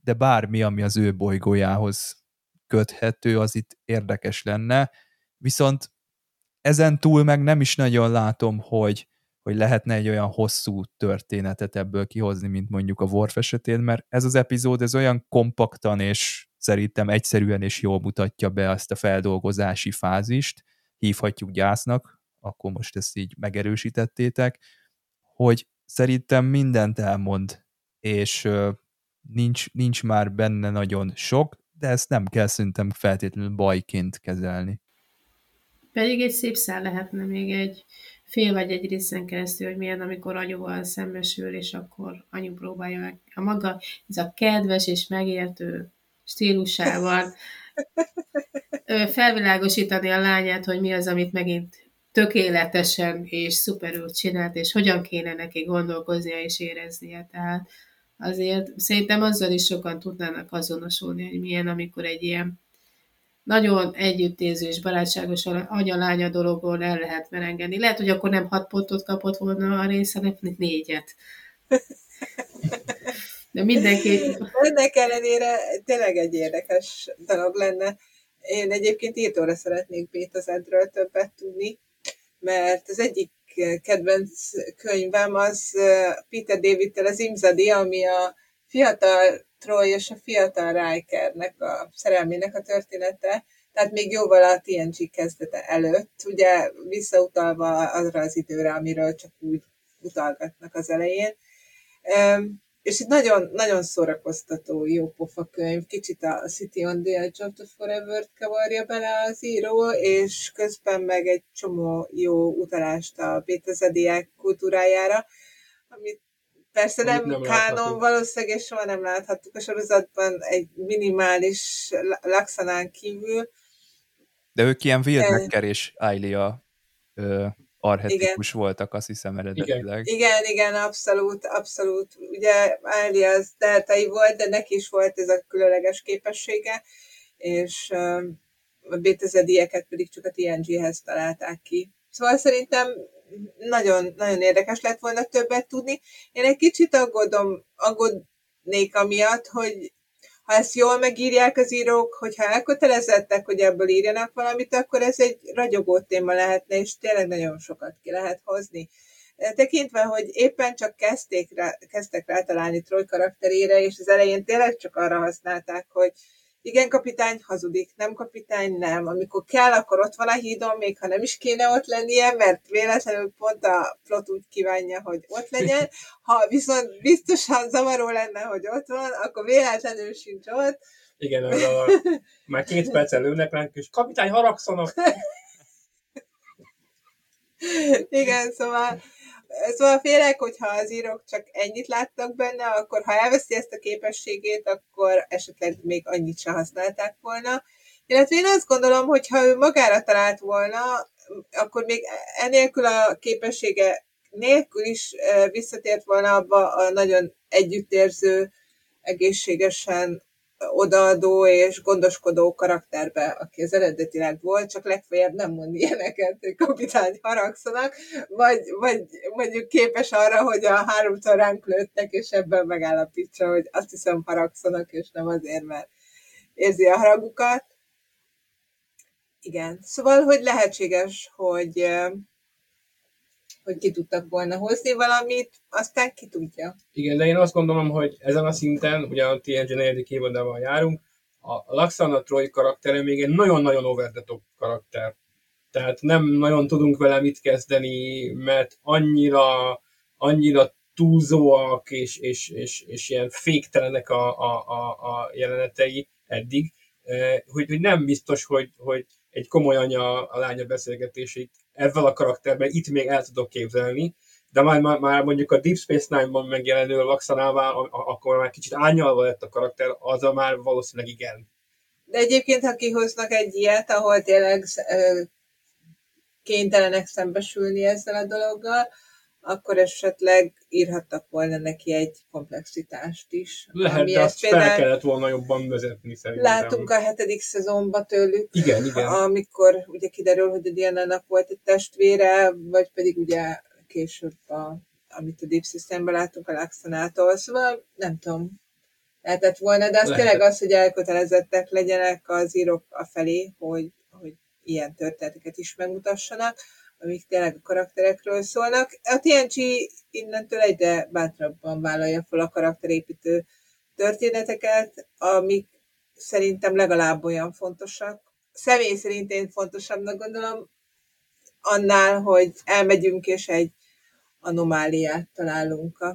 B: de bármi, ami az ő bolygójához köthető, az itt érdekes lenne. Viszont ezen túl meg nem is nagyon látom, hogy lehetne egy olyan hosszú történetet ebből kihozni, mint mondjuk a Worf esetén, mert ez az epizód, ez olyan kompaktan és szerintem egyszerűen és jól mutatja be azt a feldolgozási fázist, hívhatjuk gyásznak, akkor most ezt így megerősítettétek, hogy szerintem mindent elmond, és nincs már benne nagyon sok, de ezt nem kell szerintem feltétlenül bajként kezelni.
C: Pedig egy szép szál lehetne még egy fél vagy egy részen keresztül, hogy milyen, amikor anyuval szembesül, és akkor anyu próbálja meg a maga, ez a kedves és megértő stílusával felvilágosítani a lányát, hogy mi az, amit megint tökéletesen és szuperül csinált, és hogyan kéne neki gondolkoznia és éreznie. Tehát azért szerintem azzal is sokan tudnának azonosulni, hogy milyen, amikor egy ilyen nagyon együttérző és barátságos anya-lánya dologról el lehet merengeni. Lehet, hogy akkor nem 6 pontot kapott volna a rész, hanem 4-et. De mindenki...
D: Ennek ellenére tényleg egy érdekes dolog lenne. Én egyébként írtóra szeretnék Bétazedről többet tudni, mert az egyik kedvenc könyvem az Peter David-tel az Imzadi, ami a fiatal Troy és a fiatal Rikernek a szerelmének a története, tehát még jóval a TNG kezdete előtt, ugye visszautalva azra az időre, amiről csak úgy utalgatnak az elején. És itt nagyon, nagyon szórakoztató, jó pofa könyv, kicsit a City on the Edge of the Forever-t kavarja bele az író, és közben meg egy csomó jó utalást a bétazediek kultúrájára, amit persze nem kánon valószínűleg, és soha nem láthattuk a sorozatban egy minimális Laxanán kívül.
B: De ők ilyen Wildecker és Ailia archetikus voltak, azt hiszem eredetileg.
D: Igen, abszolút. Ugye Ailia az deltai volt, de neki is volt ez a különleges képessége, és a bétazedieket pedig csak a TNG-hez találták ki. Szóval szerintem nagyon, nagyon érdekes lett volna többet tudni. Én egy kicsit aggódnék amiatt, hogy ha ezt jól megírják az írók, hogyha elkötelezettek, hogy ebből írjanak valamit, akkor ez egy ragyogó téma lehetne, és tényleg nagyon sokat ki lehet hozni. Tekintve, hogy éppen csak kezdtek rá találni Troy karakterére, és az elején tényleg csak arra használták, hogy igen, kapitány hazudik, nem kapitány, nem. Amikor kell, akkor ott van a hídon, még ha nem is kéne ott lennie, mert véletlenül pont a plot úgy kívánja, hogy ott legyen. Ha viszont biztosan zavaró lenne, hogy ott van, akkor véletlenül sincs ott.
E: Igen, már 2 perc előnek, és kapitány haragszanak.
D: Igen, Szóval félek, hogyha az írók csak ennyit láttak benne, akkor ha elveszi ezt a képességét, akkor esetleg még annyit sem használták volna. Illetve én azt gondolom, hogy ha ő magára talált volna, akkor még enélkül a képessége nélkül is visszatért volna abba a nagyon együttérző, egészségesen odaadó és gondoskodó karakterbe, aki az eredetileg volt, csak legfeljebb nem mond ilyeneket, hogy kapitány haragszanak, vagy mondjuk képes arra, hogy a 3-szor ránk lőttek, és ebben megállapítsa, hogy azt hiszem haragszanak, és nem azért, mert érzi a haragukat. Igen, szóval, hogy lehetséges, hogy ki tudtak volna hozni valamit, aztán ki tudja.
E: Igen, de én azt gondolom, hogy ezen a szinten, ugye a TNG 4. évadában járunk, a Laxana Troy karaktere még egy nagyon-nagyon over the top karakter. Tehát nem nagyon tudunk vele mit kezdeni, mert annyira túlzóak és ilyen féktelenek a jelenetei eddig, hogy nem biztos, hogy egy komoly anya a lánya beszélgetését ezzel a karakterben itt még el tudok képzelni, de már mondjuk a Deep Space Nine-ban megjelenő Laxanával, akkor már kicsit árnyalva lett a karakter, azzal már valószínűleg igen.
D: De egyébként, ha kihoznak egy ilyet, ahol tényleg kénytelenek szembesülni ezzel a dologgal, akkor esetleg írhattak volna neki egy komplexitást is.
E: Lehet, de azt fel kellett volna jobban vezetni szerintem.
D: Látunk a 7. szezonban tőlük,
E: igen.
D: amikor ugye kiderül, hogy a Diana-nak volt egy testvére, vagy pedig ugye később, amit a Deep Systemben látunk a Laxanától. Szóval nem tudom. lehetett volna, de az
E: Lehet.
D: tényleg az, hogy elkötelezettek legyenek az írók afelé, hogy ilyen történeteket is megmutassanak, amik tényleg a karakterekről szólnak. A TNG innentől egyre bátrabban vállalja fel a karakterépítő történeteket, amik szerintem legalább olyan fontosak. Személy szerint én fontosabbnak gondolom annál, hogy elmegyünk és egy anomáliát találunk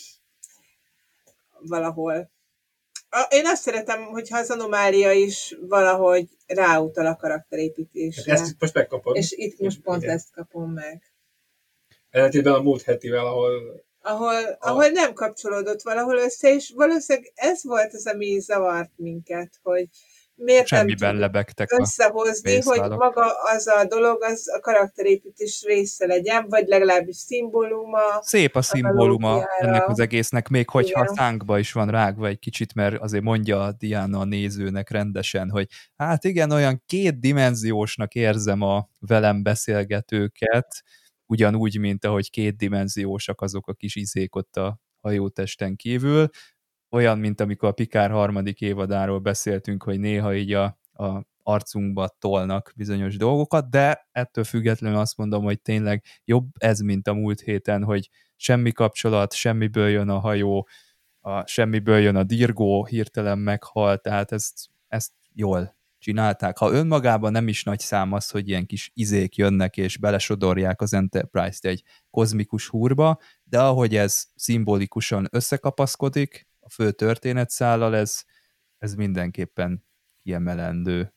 D: valahol. Én azt szeretem, hogyha az anomália is valahogy ráutal a karakterépítésre.
E: Ezt itt most megkapod.
D: És itt most pont ezt kapom meg.
E: Ellentétben a múlt hetivel,
D: ahol nem kapcsolódott valahol össze, és valószínűleg ez volt az, ami zavart minket, hogy miért
B: semmiben
D: nem
B: lebegtek
D: összehozni, hogy maga az a dolog, az a karakterépítés része legyen, vagy legalábbis szimbóluma.
B: Szép a szimbóluma ennek az egésznek, még hogyha a szánkba is van rágva egy kicsit, mert azért mondja a Diana a nézőnek rendesen, hogy hát igen, olyan kétdimenziósnak érzem a velem beszélgetőket, ugyanúgy, mint ahogy kétdimenziósak azok a kis izék ott a hajótesten kívül, olyan, mint amikor a Picard 3. évadáról beszéltünk, hogy néha így a arcunkba tolnak bizonyos dolgokat, de ettől függetlenül azt mondom, hogy tényleg jobb ez, mint a múlt héten, hogy semmi kapcsolat, semmiből jön a hajó, semmiből jön a dirgó, hirtelen meghal, tehát ezt jól csinálták. Ha önmagában nem is nagy szám az, hogy ilyen kis izék jönnek és belesodorják az Enterprise-t egy kozmikus húrba, de ahogy ez szimbolikusan összekapaszkodik a fő történetszállal, ez mindenképpen kiemelendő.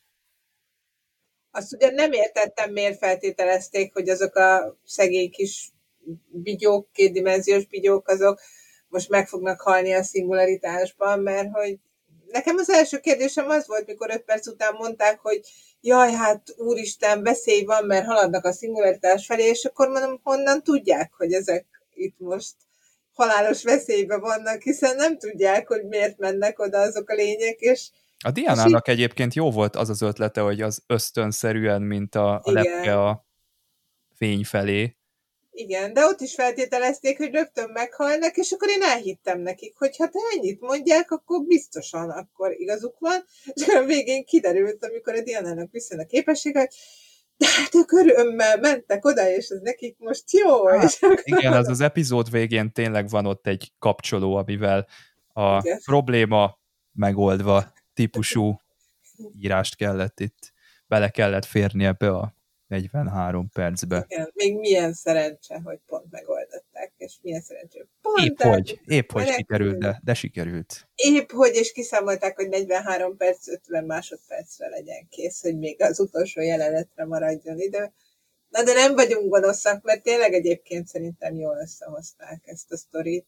D: Azt ugye nem értettem, miért feltételezték, hogy azok a szegény kis bigyók, kétdimenziós bigyók, azok most meg fognak halni a szingularitásban, mert hogy nekem az első kérdésem az volt, mikor 5 perc után mondták, hogy jaj, hát úristen, veszély van, mert haladnak a szingularitás felé, és akkor mondom, honnan tudják, hogy ezek itt most halálos veszélyben vannak, hiszen nem tudják, hogy miért mennek oda azok a lények, és
B: a Diánának egyébként jó volt az ötlete, hogy az ösztönszerűen, mint a lepke a fény felé.
D: Igen, de ott is feltételezték, hogy rögtön meghalnak, és akkor én elhittem nekik, hogy ha te ennyit mondják, akkor biztosan akkor igazuk van, és a végén kiderült, amikor a Diánának visszajön a képességet, de hát ők örömmel mentek oda, és ez nekik most jó.
B: Hát, igen, az epizód végén tényleg van ott egy kapcsoló, amivel a probléma megoldva típusú írást kellett itt, bele kellett férni ebbe a 43 percbe.
D: Igen, még milyen szerencse, hogy pont megoldották, és milyen szerencse.
B: Épp hogy sikerült, de sikerült.
D: Épp hogy, és kiszámolták, hogy 43 perc, 50 másodpercre legyen kész, hogy még az utolsó jelenetre maradjon idő. Na, de nem vagyunk gonoszak, mert tényleg egyébként szerintem jól összehozták ezt a sztorit.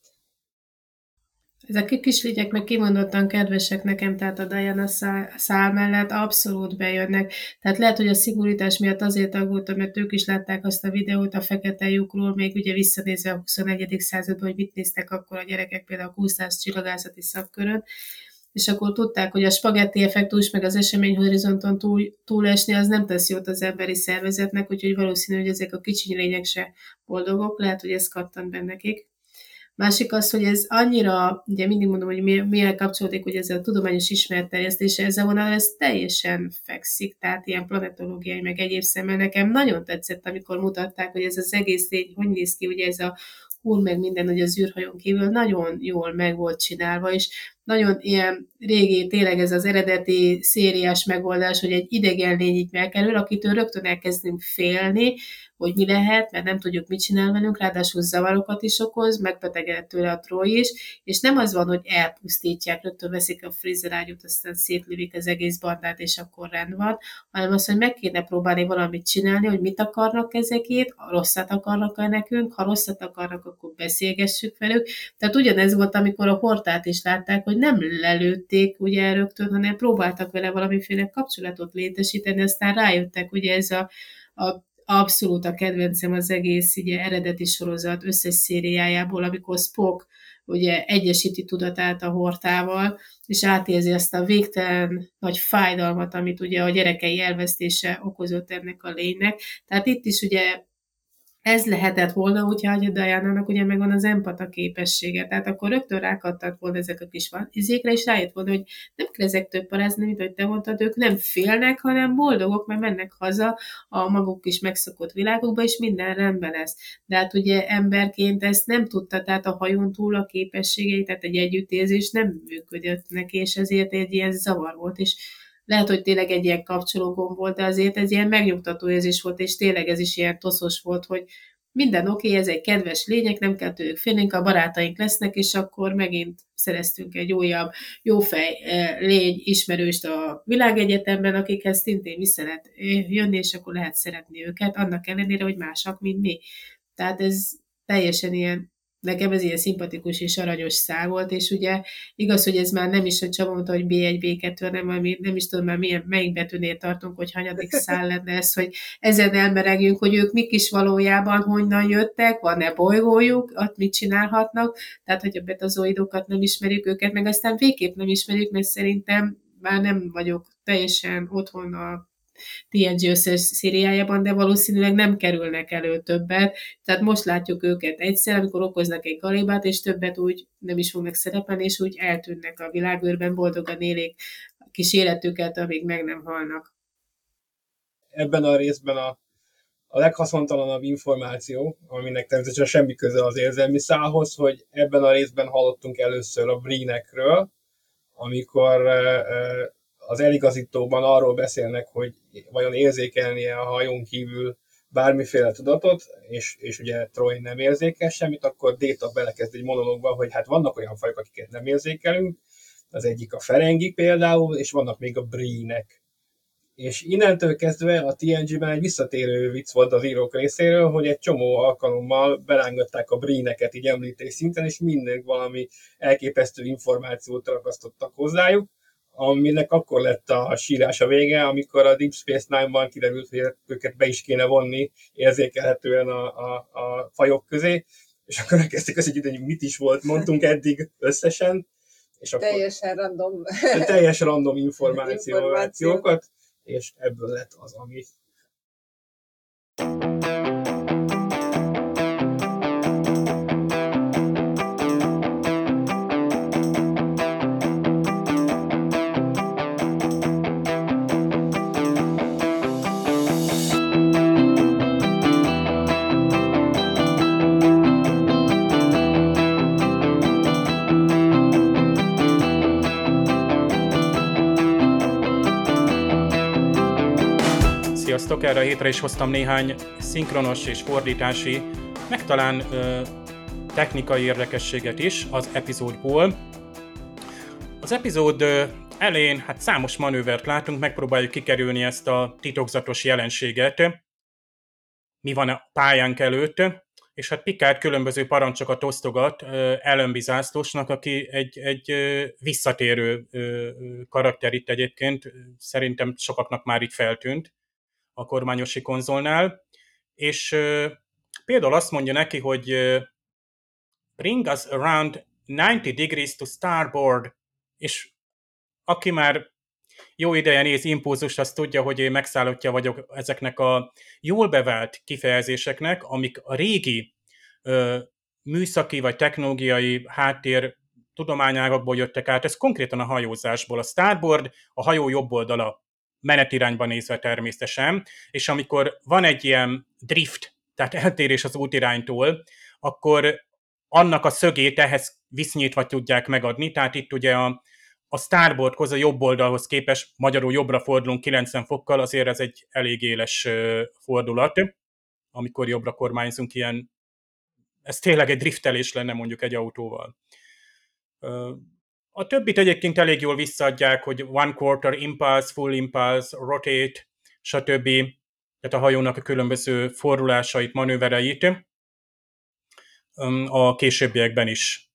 C: Ezek a kis lények meg kimondottan kedvesek nekem, tehát a Diana szál mellett abszolút bejönnek. Tehát lehet, hogy a szigorítás miatt azért aggódtam, mert ők is látták azt a videót a fekete lyukról, még ugye visszanézve a 21. században, hogy mit néztek akkor a gyerekek például a Kusztász csillagászati szakkörön, és akkor tudták, hogy a spagetti effektus meg az eseményhorizonton túlesni, az nem tesz jót az emberi szervezetnek, úgyhogy valószínű, hogy ezek a kicsiny lények se boldogok, lehet, hogy ez kattant benne nekik. Másik az, hogy ez annyira, ugye mindig mondom, hogy milyen kapcsolódik, hogy ez a tudományos ismeretterjesztése, ezzel vonal ez teljesen fekszik, tehát ilyen planetológiai, meg egyéb szemmel. Nekem nagyon tetszett, amikor mutatták, hogy ez az egész lény, hogy néz ki, ugye ez a húr meg minden, hogy az űrhajón kívül nagyon jól meg volt csinálva, és nagyon ilyen régi, tényleg ez az eredeti szériás megoldás, hogy egy idegen lény így megkerül, akitől rögtön elkezdünk félni, hogy mi lehet, mert nem tudjuk, mit csinál velünk, ráadásul zavarokat is okoz, megbetegedett tőle a Troy is, és nem az van, hogy elpusztítják, rögtön veszik a frizzerágyút, aztán szétlövik az egész bandát, és akkor rend van, hanem az, hogy meg kéne próbálni valamit csinálni, hogy mit akarnak ezekét, ha rosszat akarnak nekünk, ha rosszat akarnak, akkor beszélgessük velük. Tehát ugyanez volt, amikor a Hortát is látták, hogy nem lelőtték ugye rögtön, hanem próbáltak vele valamiféle kapcsolatot létesíteni, aztán rájöttek, ugye ez a abszolút a kedvencem az egész ugye, eredeti sorozat összes szériájából, amikor Spock ugye egyesíti tudatát a Hortával, és átérzi azt a végtelen nagy fájdalmat, amit ugye a gyerekei elvesztése okozott ennek a lénynek. Tehát itt is ugye ez lehetett volna, hogyha a Diana-nak ugye megvan az empata képessége, tehát akkor rögtön rákattak volna ezek a kis izékre, és rájött volna, hogy nem kell ezek több parázni, mint ahogy te mondtad, ők nem félnek, hanem boldogok, mert mennek haza a maguk is megszokott világokba, és minden rendben lesz. De hát ugye emberként ezt nem tudta, tehát a hajón túl a képességei, tehát egy együttérzés nem működött neki, és ezért egy ilyen zavar volt, és lehet, hogy tényleg egy ilyen kapcsológomb volt, de azért ez ilyen megnyugtató érzés volt, és tényleg ez is ilyen toszos volt, hogy minden oké, ez egy kedves lények, nem kell tőlük félnünk, a barátaink lesznek, és akkor megint szereztünk egy újabb jófej lény ismerőst a világegyetemben, akikhez szintén vissza lehet jönni, és akkor lehet szeretni őket, annak ellenére, hogy másak, mint mi. Tehát ez teljesen ilyen, nekem ez ilyen szimpatikus és aranyos szál volt, és ugye igaz, hogy ez már nem is, hogy Csaba mondta, hogy B1, B2, hanem nem is tudom már melyik betűnél tartunk, hogy hanyadik szál lenne ez, hogy ezen elmeregjünk, hogy ők mik is valójában honnan jöttek, van-e bolygójuk, ott mit csinálhatnak, tehát hogy a betazoidokat nem ismerjük őket, meg aztán végképp nem ismerjük, mert szerintem már nem vagyok teljesen otthon a TNG összes szériájában, de valószínűleg nem kerülnek elő többet. Tehát most látjuk őket egyszer, amikor okoznak egy galébát, és többet úgy nem is fognak szerepelni, és úgy eltűnnek a világőrben, boldogan élik a kis életüket, amíg meg nem halnak.
E: Ebben a részben a leghaszontalanabb információ, aminek természetesen semmi köze az érzelmi szálhoz, hogy ebben a részben hallottunk először a Breenekről, amikor az eligazítóban arról beszélnek, hogy vajon érzékelnie a hajón kívül bármiféle tudatot, és ugye Troy nem érzékel semmit, akkor Data belekezd egy monológba, hogy hát vannak olyan fajok, akiket nem érzékelünk, az egyik a Ferengi például, és vannak még a Breenek. És innentől kezdve a TNG-ben egy visszatérő vicc volt az írók részéről, hogy egy csomó alkalommal berángatták a Breeneket így említés szinten, és minden valami elképesztő információt rakasztottak hozzájuk, aminek akkor lett a sírás a vége, amikor a Deep Space Nine-ban kiderült, hogy őket be is kéne vonni érzékelhetően a fajok közé, és akkor elkezdték azt, hogy mit is volt, mondtunk eddig összesen, és akkor teljesen random információkat, és ebből lett az, ami.
F: Sziasztok! Erre a hétre is hoztam néhány szinkronos és fordítási, meg talán technikai érdekességet is az epizódból. Az epizód elején hát számos manővert látunk, megpróbáljuk kikerülni ezt a titokzatos jelenséget, mi van a pályánk előtt, és hát Picard különböző parancsokat osztogat Allenby zászlósnak, aki egy visszatérő karakter itt egyébként, szerintem sokaknak már itt feltűnt a kormányosi konzolnál, és például azt mondja neki, hogy bring us around 90 degrees to starboard, és aki már jó ideje néz Impulzust, azt tudja, hogy én megszállottja vagyok ezeknek a jól bevált kifejezéseknek, amik a régi műszaki vagy technológiai háttér tudományágakból jöttek át, ez konkrétan a hajózásból. A starboard a hajó jobb oldala, menetirányba nézve természetesen, és amikor van egy ilyen drift, tehát eltérés az útiránytól, akkor annak a szögét ehhez viszonyítva tudják megadni, tehát itt ugye a starboardhoz, a jobb oldalhoz képest, magyarul jobbra fordulunk 90 fokkal, azért ez egy elég éles fordulat, amikor jobbra kormányzunk ilyen, ez tényleg egy driftelés lenne mondjuk egy autóval. A többit egyébként elég jól visszaadják, hogy one quarter impulse, full impulse, rotate, stb. Tehát a hajónak a különböző fordulásait, manővereit a későbbiekben is.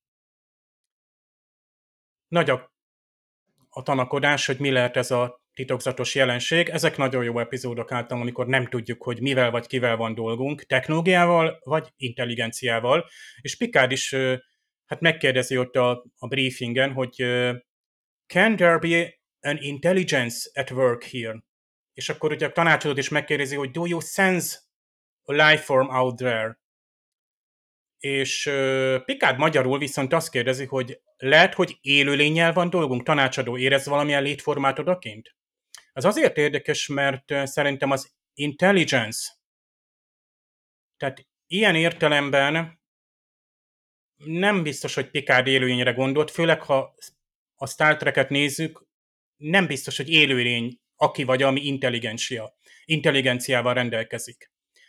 F: Nagy a tanakodás, hogy mi lehet ez a titokzatos jelenség. Ezek nagyon jó epizódok általában, amikor nem tudjuk, hogy mivel vagy kivel van dolgunk, technológiával vagy intelligenciával. És Picard is hát megkérdezi ott a briefingen, hogy can there be an intelligence at work here? És akkor ugye a tanácsadót is megkérdezi, hogy do you sense life form out there. És Picard magyarul viszont azt kérdezi, hogy lehet, hogy élőlénnyel van dolgunk, tanácsadó, érez valamilyen létformát odakint? Ez azért érdekes, mert szerintem az intelligence, tehát ilyen értelemben nem biztos, hogy Picard élőlényre gondolt, főleg ha a Star Trek-et nézzük, nem biztos, hogy élőlény, aki vagy ami intelligenciával rendelkezik.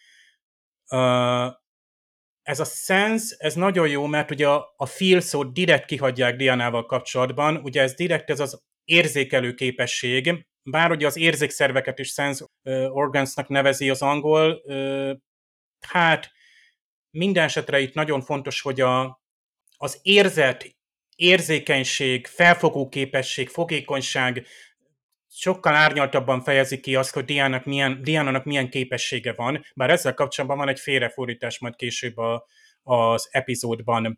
F: Ez a sense, ez nagyon jó, mert ugye a feel szót direkt kihagyják Dianával kapcsolatban, ugye ez direkt ez az érzékelő képesség, bár ugye az érzékszerveket is sense organsnak nevezi az angol, hát minden esetre itt nagyon fontos, hogy az érzet, érzékenység, felfogó képesség, fogékonyság sokkal árnyaltabban fejezi ki azt, hogy Diánának milyen képessége van, bár ezzel kapcsolatban van egy félrefordítás majd később az epizódban.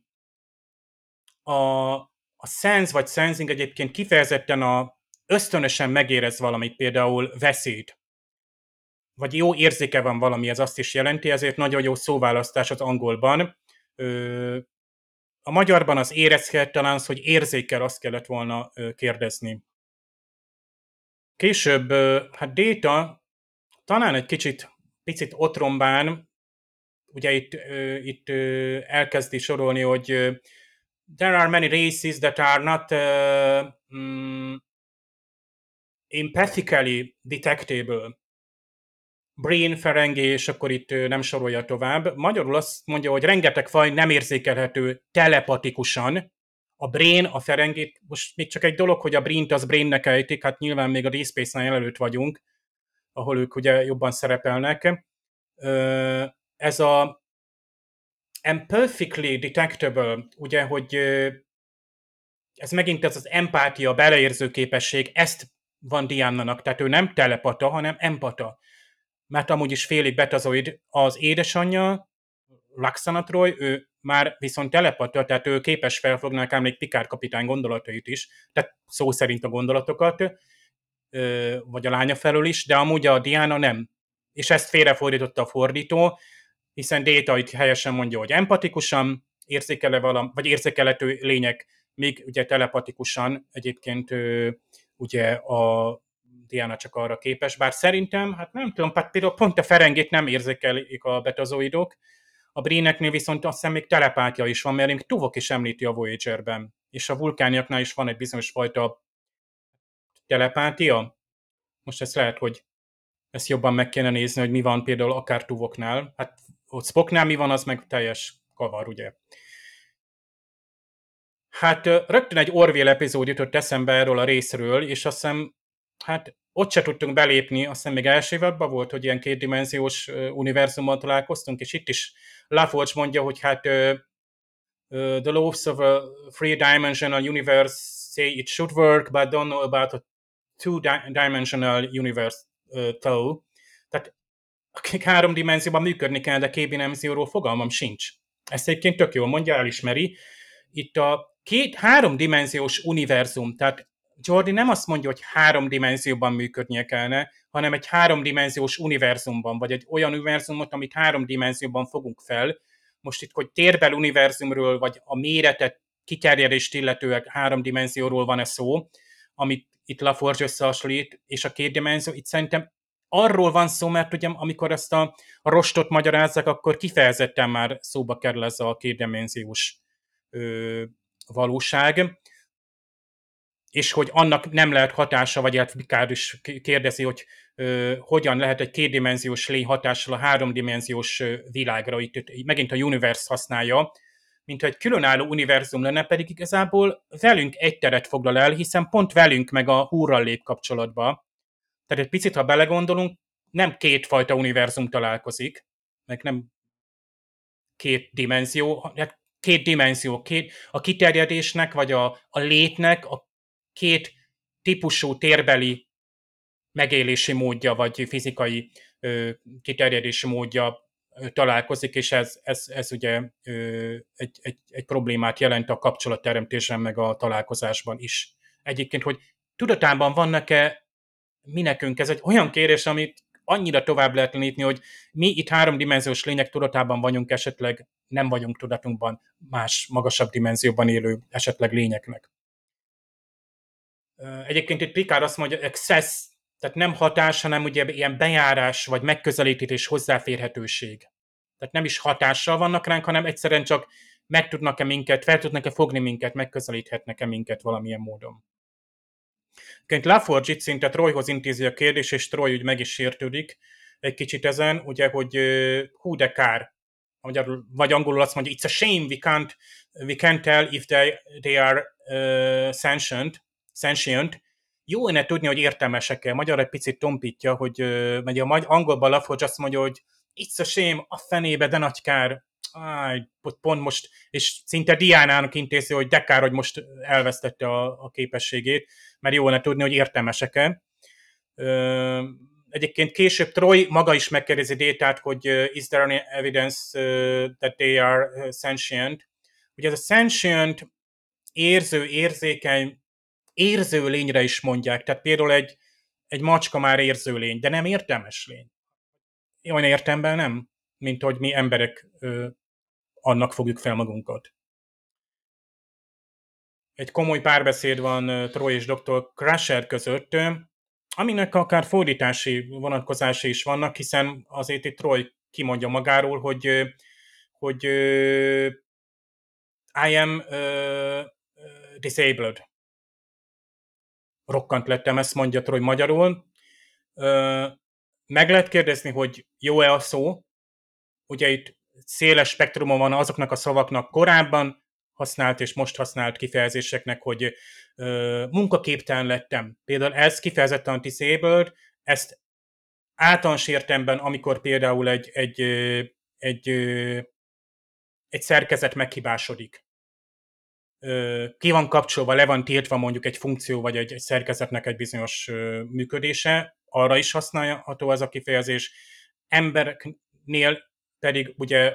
F: A sense vagy sensing egyébként kifejezetten ösztönösen megérez valamit, például veszélyt, vagy jó érzéke van valami, ez azt is jelenti, ezért nagyon jó szóválasztás az angolban. A magyarban az érezhet, talán az, hogy érzékel, azt kellett volna kérdezni. Később, hát Data talán egy picit otrombán, ugye itt elkezdi sorolni, hogy there are many races that are not empathically detectable. Brain, Ferengi, és akkor itt nem sorolja tovább. Magyarul azt mondja, hogy rengeteg faj nem érzékelhető telepatikusan. A Brain, a Ferengi, most még csak egy dolog, hogy a Brain-t az Brainnek ejtik, hát nyilván még a Deep Space Nine előtt vagyunk, ahol ők ugye jobban szerepelnek. Ez a imperfectly detectable, ugye, hogy ez megint ez az empátia, beleérző képesség, ezt van Diánának, tehát ő nem telepata, hanem empata. Mert amúgy is félig betazoid az édesanyja, Lwaxana Troi, ő már viszont telepata, tehát ő képes felfogni akár még Picard kapitány gondolatait is, tehát szó szerint a gondolatokat, vagy a lánya felől is, de amúgy a Diana nem. És ezt félrefordította a fordító, hiszen Data itt helyesen mondja, hogy empatikusan vagy érzékelhető lények, míg ugye telepatikusan egyébként ugye a Diana csak arra képes, bár szerintem, hát nem tudom, például pont a Ferengét nem érzékelik a betazoidok, a Breeneknél viszont azt hiszem még telepátia is van, mert még Tuvok is említi a Voyagerben, és a vulkániaknál is van egy bizonyos fajta telepátia. Most ezt lehet, hogy ezt jobban meg kéne nézni, hogy mi van például akár Tuvoknál. Hát ott Spocknál mi van, az meg teljes kavar, ugye. Hát rögtön egy Orville epizód jutott eszembe erről a részről, és azt hiszem, hát ott se tudtunk belépni, azt hiszem még első évadban volt, hogy ilyen kétdimenziós univerzummal találkoztunk, és itt is LaForge mondja, hogy hát the laws of a three-dimensional universe say it should work, but don't know about a two-dimensional universe though. Tehát akik 3 dimenzióban működni kell, de 2 dimenzióról fogalmam sincs. Ezt egyébként tök jól mondja, elismeri. Itt a 3 dimenziós univerzum, tehát Geordi nem azt mondja, hogy 3 dimenzióban működnie kellene, hanem egy 3 dimenziós univerzumban, vagy egy olyan univerzumot, amit 3 dimenzióban fogunk fel. Most itt, hogy térbeli univerzumról, vagy a méretet, kiterjedést illetően 3 dimenzióról van-e szó, amit itt LaForge összehasonlít, és a 2 dimenzió, itt szerintem arról van szó, mert ugye amikor ezt a rostot magyarázzák, akkor kifejezetten már szóba kerül ez a 2 dimenziós valóság, és hogy annak nem lehet hatása, vagy hát Picard is kérdezi, hogy hogyan lehet egy 2 dimenziós lény hatással a 3 dimenziós világra, itt megint a universe használja, mint egy különálló univerzum lenne, pedig igazából velünk egy teret foglal el, hiszen pont velünk meg a húrral lép kapcsolatba. Tehát egy picit, ha belegondolunk, nem 2 fajta univerzum találkozik, meg nem 2 dimenzió, hát 2 dimenzió, a kiterjedésnek, vagy a létnek a 2 típusú térbeli megélési módja, vagy fizikai kiterjedési módja találkozik, és ez ugye egy problémát jelent a kapcsolatteremtésben, meg a találkozásban is. Egyébként, hogy tudatában vannak-e mi nekünk, ez egy olyan kérdés, amit annyira tovább lehet lépni, hogy mi itt háromdimenziós lények tudatában vagyunk, esetleg nem vagyunk tudatunkban más, magasabb dimenzióban élő esetleg lényeknek. Egyébként itt Picard azt mondja, access, tehát nem hatás, hanem ugye ilyen bejárás, vagy megközelítés, hozzáférhetőség. Tehát nem is hatással vannak ránk, hanem egyszerűen csak meg tudnak-e minket, fel tudnak-e fogni minket, megközelíthetnek-e minket valamilyen módon. Egyébként LaForge itt szinte Troyhoz intézi a kérdés, és Troy úgy meg is sértődik egy kicsit ezen, ugye, hogy hú de kár, vagy angolul azt mondja, it's a shame we can't tell if they are sentient. Jó lenne tudni, hogy értelmesek-e. Magyar egy picit tompítja, hogy megy a angolban LaForge azt mondja, hogy it's a shame, a fenébe, de nagy kár. Pont most, és szinte Diánának intézi, hogy de kár, hogy most elvesztette a képességét, mert jó lenne tudni, hogy értelmesek-e. Egyébként később Troy maga is megkérdezi Détát, hogy is there any evidence that they are sentient. Ugye ez a sentient, érző, érzékeny, érző lényre is mondják. Tehát például egy macska már érző lény, de nem értelmes lény. Olyan értelemben nem, mint hogy mi emberek annak fogjuk fel magunkat. Egy komoly párbeszéd van Troy és Dr. Crusher között, aminek akár fordítási vonatkozása is vannak, hiszen azért itt Troy kimondja magáról, hogy I am disabled. Rokkant lettem, ezt mondja Troy magyarul. Meg lehet kérdezni, hogy jó-e a szó. Ugye itt széles spektruma van azoknak a szavaknak korábban használt és most használt kifejezéseknek, hogy munkaképtelen lettem. Például ez kifejezetten disabled, ezt általános értelemben, amikor például egy szerkezet meghibásodik. Ki van kapcsolva, le van tiltva mondjuk egy funkció, vagy egy szerkezetnek egy bizonyos működése, arra is használható ez a kifejezés. Embereknél pedig ugye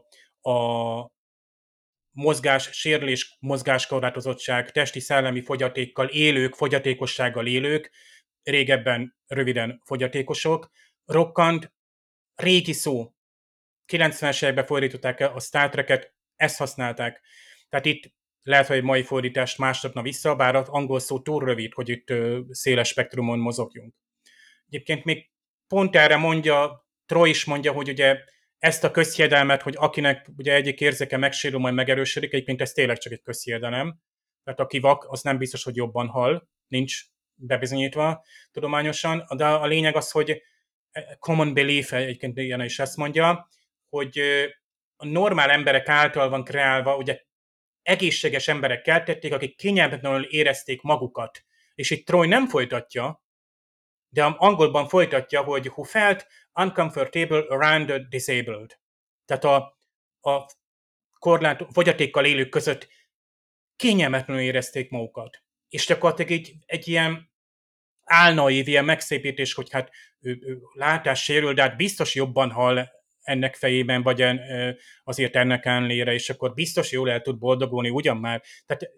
F: a mozgás, sérülés, mozgáskorlátozottság, testi, szellemi fogyatékkal élők, fogyatékossággal élők, régebben röviden fogyatékosok. Rokkant, régi szó. 90-es években fordították a Star Trek-et, ezt használták. Tehát itt lehet, hogy mai fordítást másnapna vissza, bár az angol szó túl rövid, hogy itt széles spektrumon mozogjunk. Egyébként még pont erre mondja, Troy is mondja, hogy ugye ezt a közhiedelmet, hogy akinek ugye egyik érzéke megsérül, majd megerősödik, egyébként ez tényleg csak egy közhiedelem. Tehát aki vak, az nem biztos, hogy jobban hall, nincs bebizonyítva tudományosan, de a lényeg az, hogy common belief, egyébként ilyen is ezt mondja, hogy a normál emberek által van kreálva, ugye egészséges emberek keltették, akik kényelmetlenül érezték magukat. És itt Troy nem folytatja, de angolban folytatja, hogy who felt uncomfortable around the disabled. Tehát a fogyatékkal élők között kényelmetlenül érezték magukat. És gyakorlatilag egy ilyen álnaív, ilyen megszépítés, hogy hát ő látássérül, de hát biztos jobban hall ennek fejében, vagy azért ennek ellenére, és akkor biztos jól el tud boldogulni, ugyan már. Tehát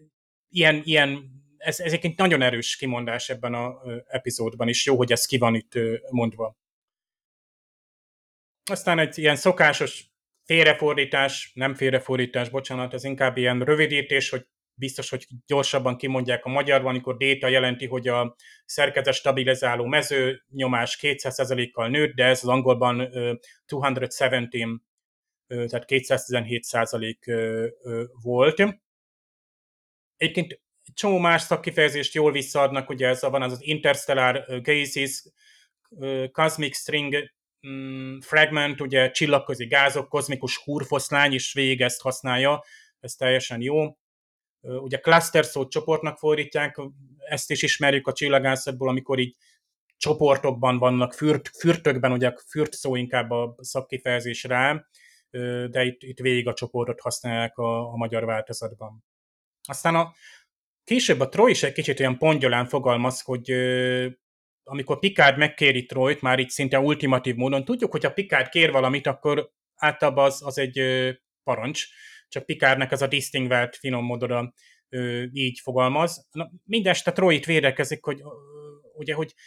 F: ez egyébként nagyon erős kimondás ebben az epizódban is. Jó, hogy ez ki van itt mondva. Aztán egy ilyen szokásos félrefordítás, nem félrefordítás, bocsánat, ez inkább ilyen rövidítés, hogy biztos, hogy gyorsabban kimondják a magyarban, amikor Déta jelenti, hogy a szerkezet stabilizáló mező nyomás 200%-kal nőtt, de ez az angolban 217, tehát 217% volt. Egyébként csomó más szakkifejezést jól visszaadnak, ugye ez van az interstellar gases, cosmic string fragment, ugye csillagközi gázok, kozmikus húrfoszlány is végig ezt használja, ez teljesen jó. Ugye cluster szót csoportnak fordítják, ezt is ismerjük a csillagászatból, amikor így csoportokban vannak, fürtökben, ugye a fürt szó inkább a szakkifejezés rá, de itt végig a csoportot használják a magyar változatban. Aztán később a Troy is egy kicsit olyan pongyolán fogalmaz, hogy amikor Picard megkéri Troyt, már itt szinte ultimatív módon, tudjuk, hogy ha Picard kér valamit, akkor általában az egy parancs, csak Picardnak az a distingvált finom módon így fogalmaz. Mindeste Troy itt védekezik, hogy ugye, hogy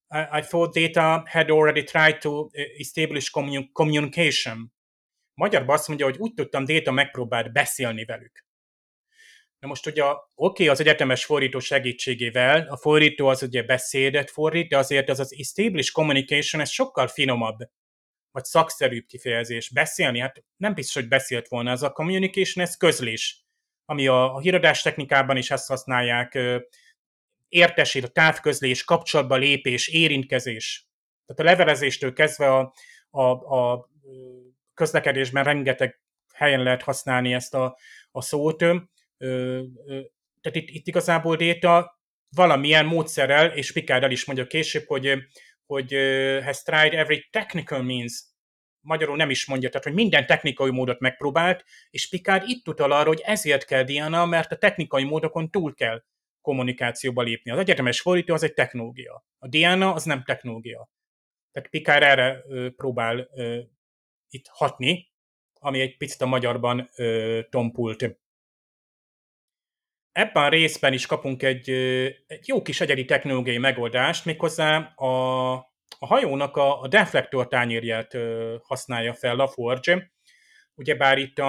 F: I thought Data had already tried to establish communication. Magyarban azt mondja, hogy úgy tudtam, Data megpróbált beszélni velük. Na most ugye az egyetemes fordító segítségével, a fordító az ugye beszédet fordít, de azért az established communication, ez sokkal finomabb, vagy szakszerűbb kifejezés. Beszélni, hát nem biztos, hogy beszélt volna, ez a communication, ez közlés, ami a híradás technikában is ezt használják, értesít, távközlés, kapcsolatba lépés, érintkezés. Tehát a levelezéstől kezdve a közlekedésben rengeteg helyen lehet használni ezt a szót. Tehát itt igazából Data valamilyen módszerrel, és Picard el is mondja később, hogy has tried every technical means. Magyarul nem is mondja, tehát hogy minden technikai módot megpróbált, és Picard itt utal arra, hogy ezért kell Diana, mert a technikai módokon túl kell kommunikációba lépni. Az egyetemes fordító az egy technológia. A Diana az nem technológia. Tehát Picard erre próbál itt hatni, ami egy picit a magyarban tompult. Ebben a részben is kapunk egy jó kis egyedi technológiai megoldást, méghozzá a hajónak a deflektor tányérját használja fel LaForge. Ugyebár itt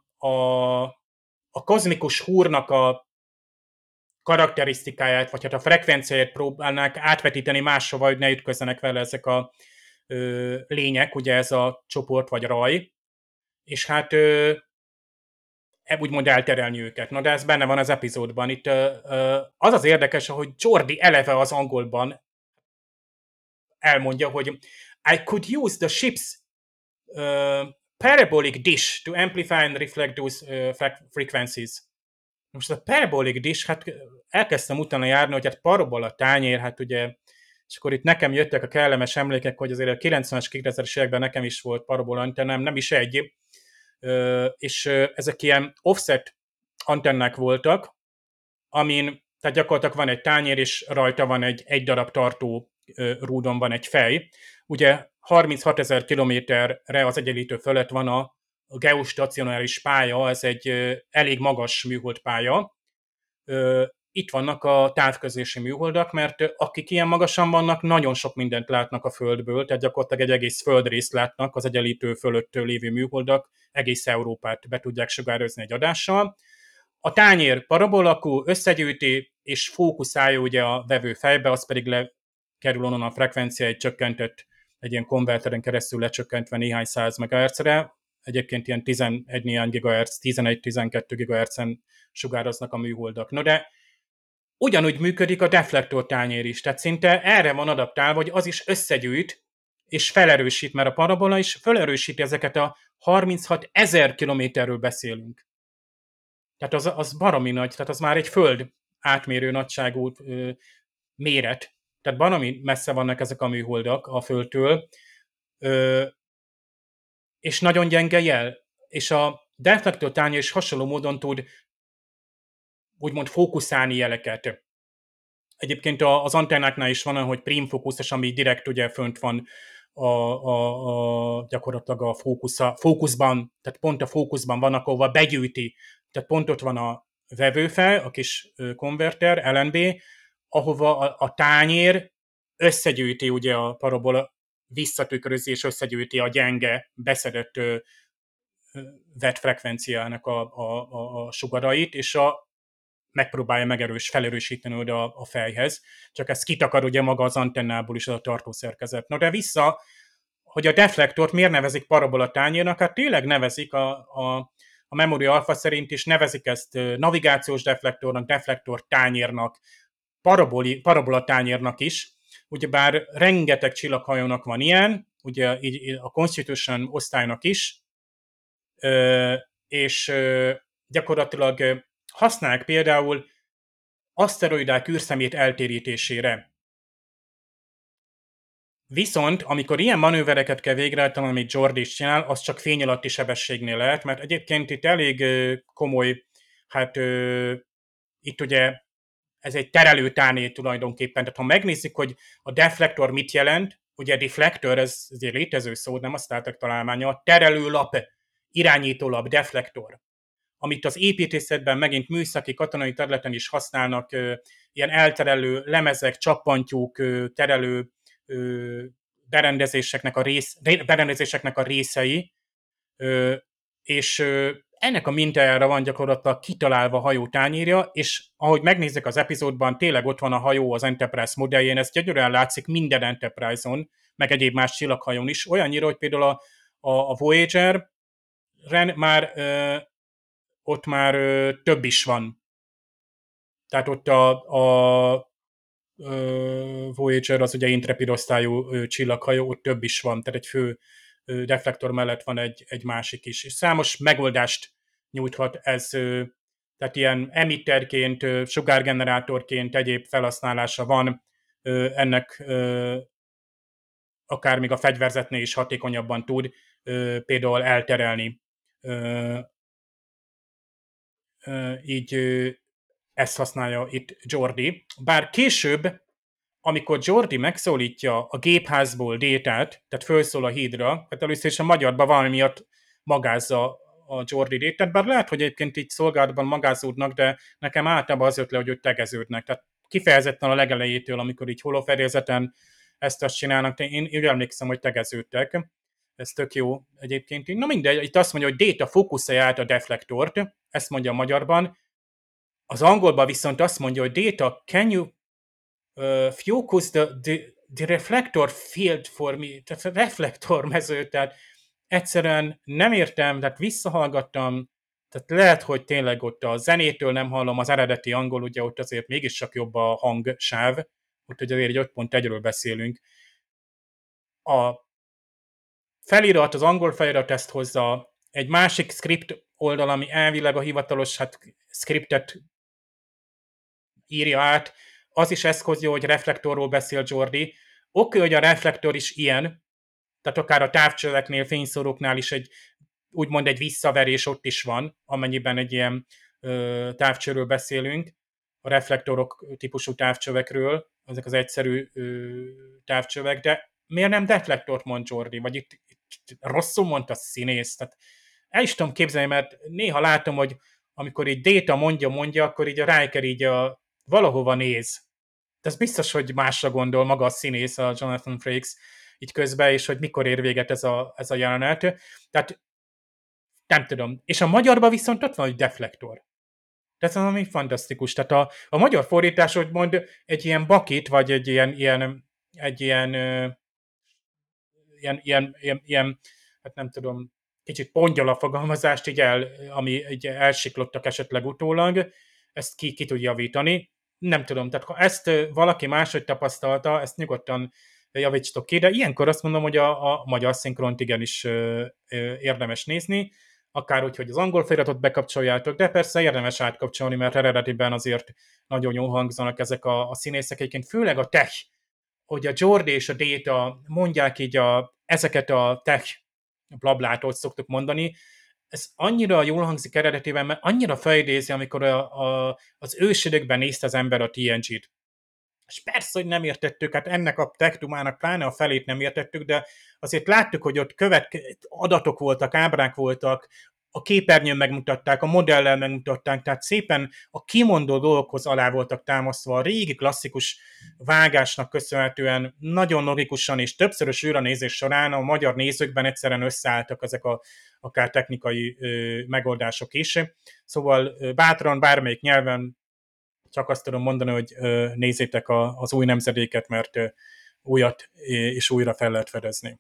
F: a kozmikus húrnak a karakterisztikáját, vagy hát a frekvenciáját próbálnák átvetíteni máshova, hogy ne ütközzenek vele ezek a lények, ugye ez a csoport vagy raj, és hát úgymond elterelni őket. Na, de ez benne van az epizódban. Itt az az érdekes, hogy Geordi eleve az angolban elmondja, hogy I could use the ship's parabolic dish to amplify and reflect those frequencies. Most a parabolic dish, hát elkezdtem utána járni, hogy hát parabola tányér, hát ugye, és akkor itt nekem jöttek a kellemes emlékek, hogy azért a 90-es, 2000-es években nekem is volt parabola antennám, nem is egy, és ezek ilyen offset antennák voltak, amin, tehát gyakorlatilag van egy tányér, és rajta van egy darab tartó rúdon van egy fej. Ugye 36 000 kilométerre az egyenlítő fölött van a geostacionáris pálya, ez egy elég magas műholdpálya. Itt vannak a távközlési műholdak, mert akik ilyen magasan vannak, nagyon sok mindent látnak a Földből, tehát gyakorlatilag egy egész földrészt látnak az egyenlítő fölött lévő műholdak, egész Európát be tudják sugározni egy adással. A tányér parabolakú, összegyűjti és fókuszálja ugye a vevő fejbe, az pedig lekerül onnan a frekvencia egy csökkentett, egy ilyen konverteren keresztül lecsökkentve néhány 100 MHz-re, egyébként ilyen 11 néhány GHz, 11-12 GHz-en sugároznak a műholdak. No de ugyanúgy működik a deflektor tányér is, tehát szinte erre van adaptálva, hogy az is összegyűjt és felerősít, mert a parabola is felerősíti ezeket a 36 000 kilométerről beszélünk. Tehát az baromi nagy, tehát az már egy föld átmérő nagyságú méret. Tehát baromi messze vannak ezek a műholdak a Földtől, és nagyon gyenge jel. És a deflektor tányér is hasonló módon tud úgymond fókuszálni jeleket. Egyébként az antennáknál is van, hogy prímfókuszos, ami direkt ugye fönt van gyakorlatilag a fókuszban, tehát pont a fókuszban van, ahova begyűjti. Tehát pont ott van a vevőfej, a kis konverter, LNB, ahova a tányér összegyűjti ugye a parabola, visszatükrözi és összegyűjti a gyenge, beszedett vett frekvenciának a sugarait, és megpróbálja felerősíteni oda a fejhez, csak ezt kitakar ugye maga az antennából is az a tartószerkezet. No de vissza, hogy a deflektort miért nevezik parabola tányérnak, hát tényleg nevezik a Memory Alpha szerint is, nevezik ezt navigációs deflektornak, deflektor tányérnak, parabola tányérnak is, ugyebár rengeteg csillaghajónak van ilyen, ugye a Constitution osztálynak is, és gyakorlatilag használják például aszteroidák űrszemét eltérítésére. Viszont, amikor ilyen manővereket kell végrehajtani, amit Geordi is csinál, az csak fény alatti sebességnél lehet, mert egyébként itt elég komoly, hát itt ugye ez egy terelő tányér tulajdonképpen, tehát ha megnézzük, hogy a deflektor mit jelent, ugye a deflektor, ez egy létező szó, nem a Star Trek találmánya, a terelőlap, irányítólap, deflektor, amit az építészetben megint műszaki, katonai területen is használnak, ilyen elterelő lemezek, csappantyúk, terelő berendezéseknek a részei, és ennek a mintájára van gyakorlatilag kitalálva a hajó tányérja, és ahogy megnézzük az epizódban, tényleg ott van a hajó az Enterprise modelljén, ez gyönyörűen látszik minden Enterprise-on, meg egyéb más csillaghajón is, olyannyira, hogy például a Voyager-ren már ott már több is van. Tehát ott a Voyager az ugye Intrepid osztályú csillaghajó, ott több is van, tehát egy fő reflektor mellett van egy másik is. És számos megoldást nyújthat ez, tehát ilyen emitterként, sugárgenerátorként egyéb felhasználása van, ennek akár még a fegyverzetnél is hatékonyabban tud például elterelni. Így ezt használja itt Geordi. Bár később, amikor Geordi megszólítja a gépházból Détát, tehát fölszól a hídra, tehát először is a magyarban valami miatt magázza a Geordi Détát, bár lehet, hogy egyébként így szolgálatban magázódnak, de nekem általában az jött le, hogy ők tegeződnek. Tehát kifejezetten a legelejétől, amikor így holofedélzeten ezt csinálnak, de én úgy emlékszem, hogy tegeződtek. Ez tök jó egyébként. Na mindegy, itt azt mondja, hogy Déta fókuszálja át a deflektort, ezt mondja a magyarban. Az angolban viszont azt mondja, hogy Déta, can you focus the reflector field for me, tehát a reflektor mező, tehát egyszerűen nem értem, tehát visszahallgattam, tehát lehet, hogy tényleg ott a zenétől nem hallom az eredeti angol, ugye ott azért mégiscsak jobb a hangsáv, úgyhogy azért egy 5.1-ről beszélünk. A felirat, az angol felirat ezt hozza, egy másik script oldal, ami elvileg a hivatalos scriptet írja át, az is ezt hozja, hogy reflektorról beszél Geordi. Oké, hogy a reflektor is ilyen, tehát akár a távcsöveknél, fényszóróknál is úgymond egy visszaverés ott is van, amennyiben egy ilyen távcsőről beszélünk, a reflektorok típusú távcsövekről, ezek az egyszerű távcsövek, de miért nem deflektort mond Geordi? Vagy itt rosszul mondta a színész? Tehát el is tudom képzelni, mert néha látom, hogy amikor így Déta mondja, akkor így a Riker így valahova néz. De ez biztos, hogy másra gondol maga a színész, a Jonathan Frakes így közben, és hogy mikor ér véget ez a jelenet. Tehát nem tudom. És a magyarban viszont ott van, hogy deflektor. Tehát ez valami fantasztikus. Tehát a magyar fordítás, hogy mond egy ilyen bakit, vagy egy ilyen hát nem tudom, kicsit pongyol a fogalmazást, így ami így elsiklottak esetleg utólag, ezt ki tud javítani. Nem tudom, tehát ha ezt valaki máshogy tapasztalta, ezt nyugodtan javítsatok ki, de ilyenkor azt mondom, hogy a magyar szinkront igenis érdemes nézni, akár úgy, hogy az angol feliratot bekapcsoljátok, de persze érdemes átkapcsolni, mert eredetiben azért nagyon jól hangzanak ezek a színészek, egyébként főleg a tech, hogy a Geordi és a Déta mondják így ezeket a tech blablát, hogy szoktuk mondani, ez annyira jól hangzik eredetében, mert annyira felidézi, amikor az ősidőkben nézte az ember a TNG-t. És persze, hogy nem értettük, hát ennek a techtumának pláne a felét nem értettük, de azért láttuk, hogy ott adatok voltak, ábrák voltak, a képernyőn megmutatták, a modellel megmutatták, tehát szépen a kimondó dolgokhoz alá voltak támasztva, a régi klasszikus vágásnak köszönhetően nagyon logikusan és többszörös újranézés során a magyar nézőkben egyszerűen összeálltak ezek akár technikai megoldások is. Szóval bátran, bármelyik nyelven csak azt tudom mondani, hogy nézzétek az új nemzedéket, mert újat és újra fel lehet fedezni.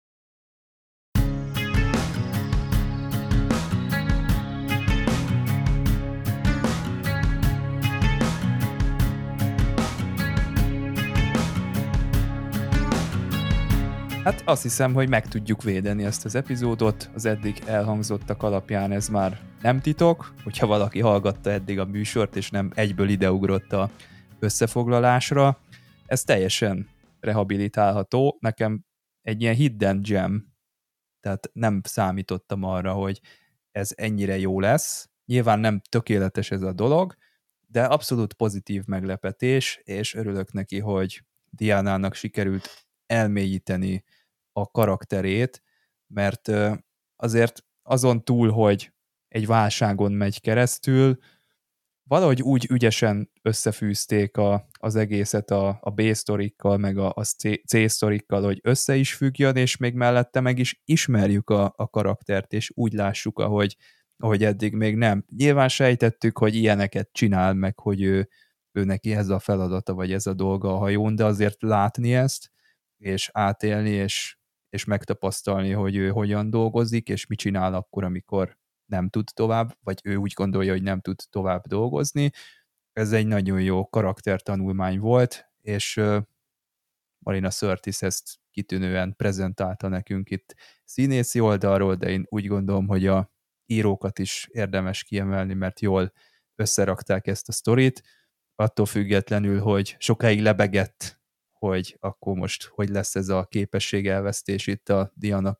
B: Hát azt hiszem, hogy meg tudjuk védeni ezt az epizódot, az eddig elhangzottak alapján ez már nem titok, hogyha valaki hallgatta eddig a műsort, és nem egyből ideugrott a összefoglalásra. Ez teljesen rehabilitálható, nekem egy ilyen hidden gem, tehát nem számítottam arra, hogy ez ennyire jó lesz. Nyilván nem tökéletes ez a dolog, de abszolút pozitív meglepetés, és örülök neki, hogy Diánának sikerült elmélyíteni a karakterét, mert azért azon túl, hogy egy válságon megy keresztül, valahogy úgy ügyesen összefűzték az egészet a B-sztorikkal, meg a C-sztorikkal, hogy össze is függjön, és még mellette meg is ismerjük a karaktert, és úgy lássuk, ahogy eddig még nem. Nyilván sejtettük, hogy ilyeneket csinál, meg hogy ő neki ez a feladata, vagy ez a dolga a hajón, de azért látni ezt, és átélni, és megtapasztalni, hogy ő hogyan dolgozik, és mit csinál akkor, amikor nem tud tovább, vagy ő úgy gondolja, hogy nem tud tovább dolgozni. Ez egy nagyon jó karaktertanulmány volt, és Marina Sirtis ezt kitűnően prezentálta nekünk itt színészi oldalról, de én úgy gondolom, hogy a írókat is érdemes kiemelni, mert jól összerakták ezt a sztorit, attól függetlenül, hogy sokáig lebegett, hogy akkor most hogy lesz ez a képesség elvesztés itt a Diana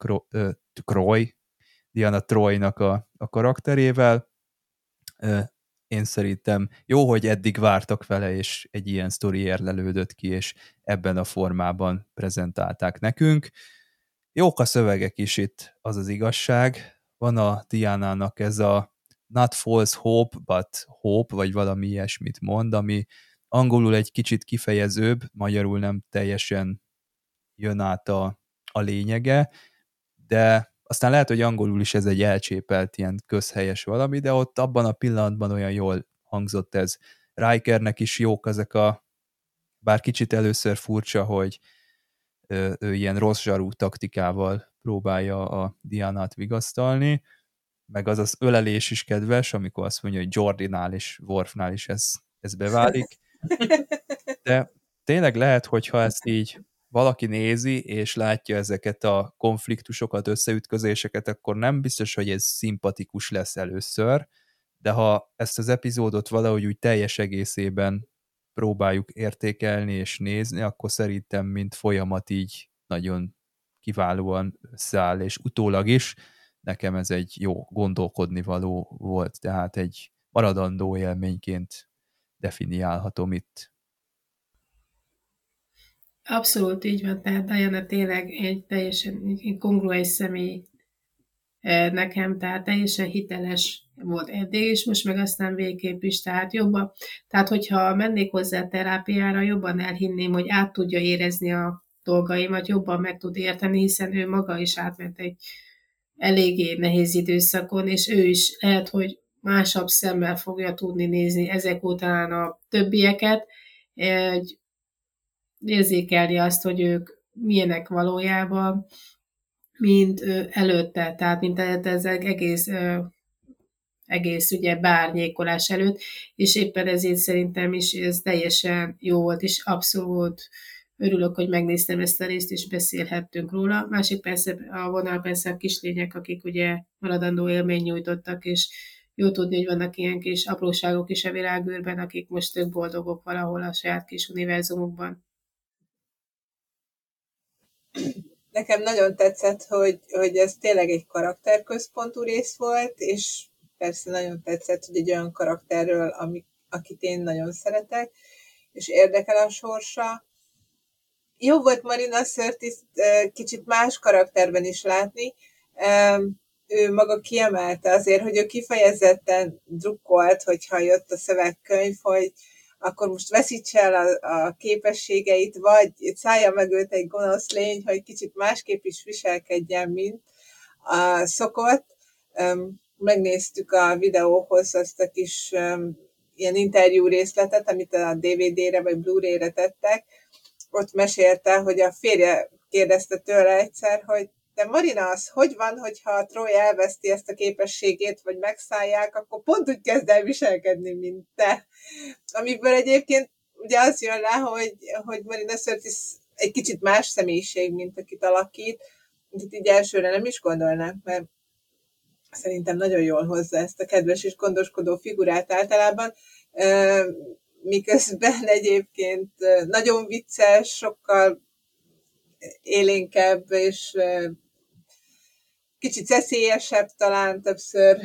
B: Troy-nak a karakterével. Én szerintem jó, hogy eddig vártak vele, és egy ilyen sztori érlelődött ki, és ebben a formában prezentálták nekünk. Jók a szövegek is itt, az az igazság. Van a Diana-nak ez a not false hope, but hope, vagy valami ilyesmit mond, ami angolul egy kicsit kifejezőbb, magyarul nem teljesen jön át a lényege, de aztán lehet, hogy angolul is ez egy elcsépelt ilyen közhelyes valami, de ott abban a pillanatban olyan jól hangzott ez. Rikernek is jók ezek bár kicsit először furcsa, hogy ő ilyen rossz zsarú taktikával próbálja a Dianát vigasztalni, meg az ölelés is kedves, amikor azt mondja, hogy Jordinál és Worfnál is ez beválik. De tényleg lehet, hogyha ezt így valaki nézi, és látja ezeket a konfliktusokat, összeütközéseket, akkor nem biztos, hogy ez szimpatikus lesz először, de ha ezt az epizódot valahogy úgy teljes egészében próbáljuk értékelni és nézni, akkor szerintem mint folyamat így nagyon kiválóan összeáll, és utólag is nekem ez egy jó gondolkodni való volt, tehát egy maradandó élményként definiálhatom itt.
C: Abszolút így van, tehát Diana tényleg egy teljesen kongruens személy nekem, tehát teljesen hiteles volt eddig, és most meg aztán végképp is, tehát jobban, tehát hogyha mennék hozzá a terápiára, jobban elhinném, hogy át tudja érezni a dolgaimat, jobban meg tud érteni, hiszen ő maga is átment egy eléggé nehéz időszakon, és ő is lehet, hogy másabb szemmel fogja tudni nézni ezek után a többieket, érzékelni azt, hogy ők milyenek valójában, mint előtte, tehát mint ezek egész ugye bárnyékolás előtt, és éppen ezért szerintem is ez teljesen jó volt, és abszolút örülök, hogy megnéztem ezt a részt, és beszélhettünk róla. Másik persze a vonal persze a kislények, akik ugye maradandó élmény nyújtottak, és jó tudni, hogy vannak ilyen kis apróságok is a világűrben, akik most tök boldogok valahol a saját kis univerzumukban.
D: Nekem nagyon tetszett, hogy ez tényleg egy karakterközpontú rész volt, és persze nagyon tetszett, hogy egy olyan karakterről, akit én nagyon szeretek, és érdekel a sorsa. Jó volt Marina Sirtis kicsit más karakterben is látni. Ő maga kiemelte azért, hogy ő kifejezetten drukkolt, hogyha jött a szövegkönyv, hogy akkor most veszítse el a képességeit, vagy szállja meg őt egy gonosz lény, hogy kicsit másképp is viselkedjen, mint szokott. Megnéztük a videóhoz azt a kis ilyen interjú részletet, amit a DVD-re vagy Blu-ray-re tettek. Ott mesélte, hogy a férje kérdezte tőle egyszer, hogy de Marina, az hogy van, hogyha a Troy elveszti ezt a képességét, vagy megszállják, akkor pont úgy kezd el viselkedni, mint te. Amiből egyébként ugye az jön le, hogy Marina Sirtis egy kicsit más személyiség, mint akit alakít, mint így elsőre nem is gondolnánk, mert szerintem nagyon jól hozza ezt a kedves és gondoskodó figurát általában, miközben egyébként nagyon vicces, sokkal élénkebb, és kicsit szeszélyesebb, talán többször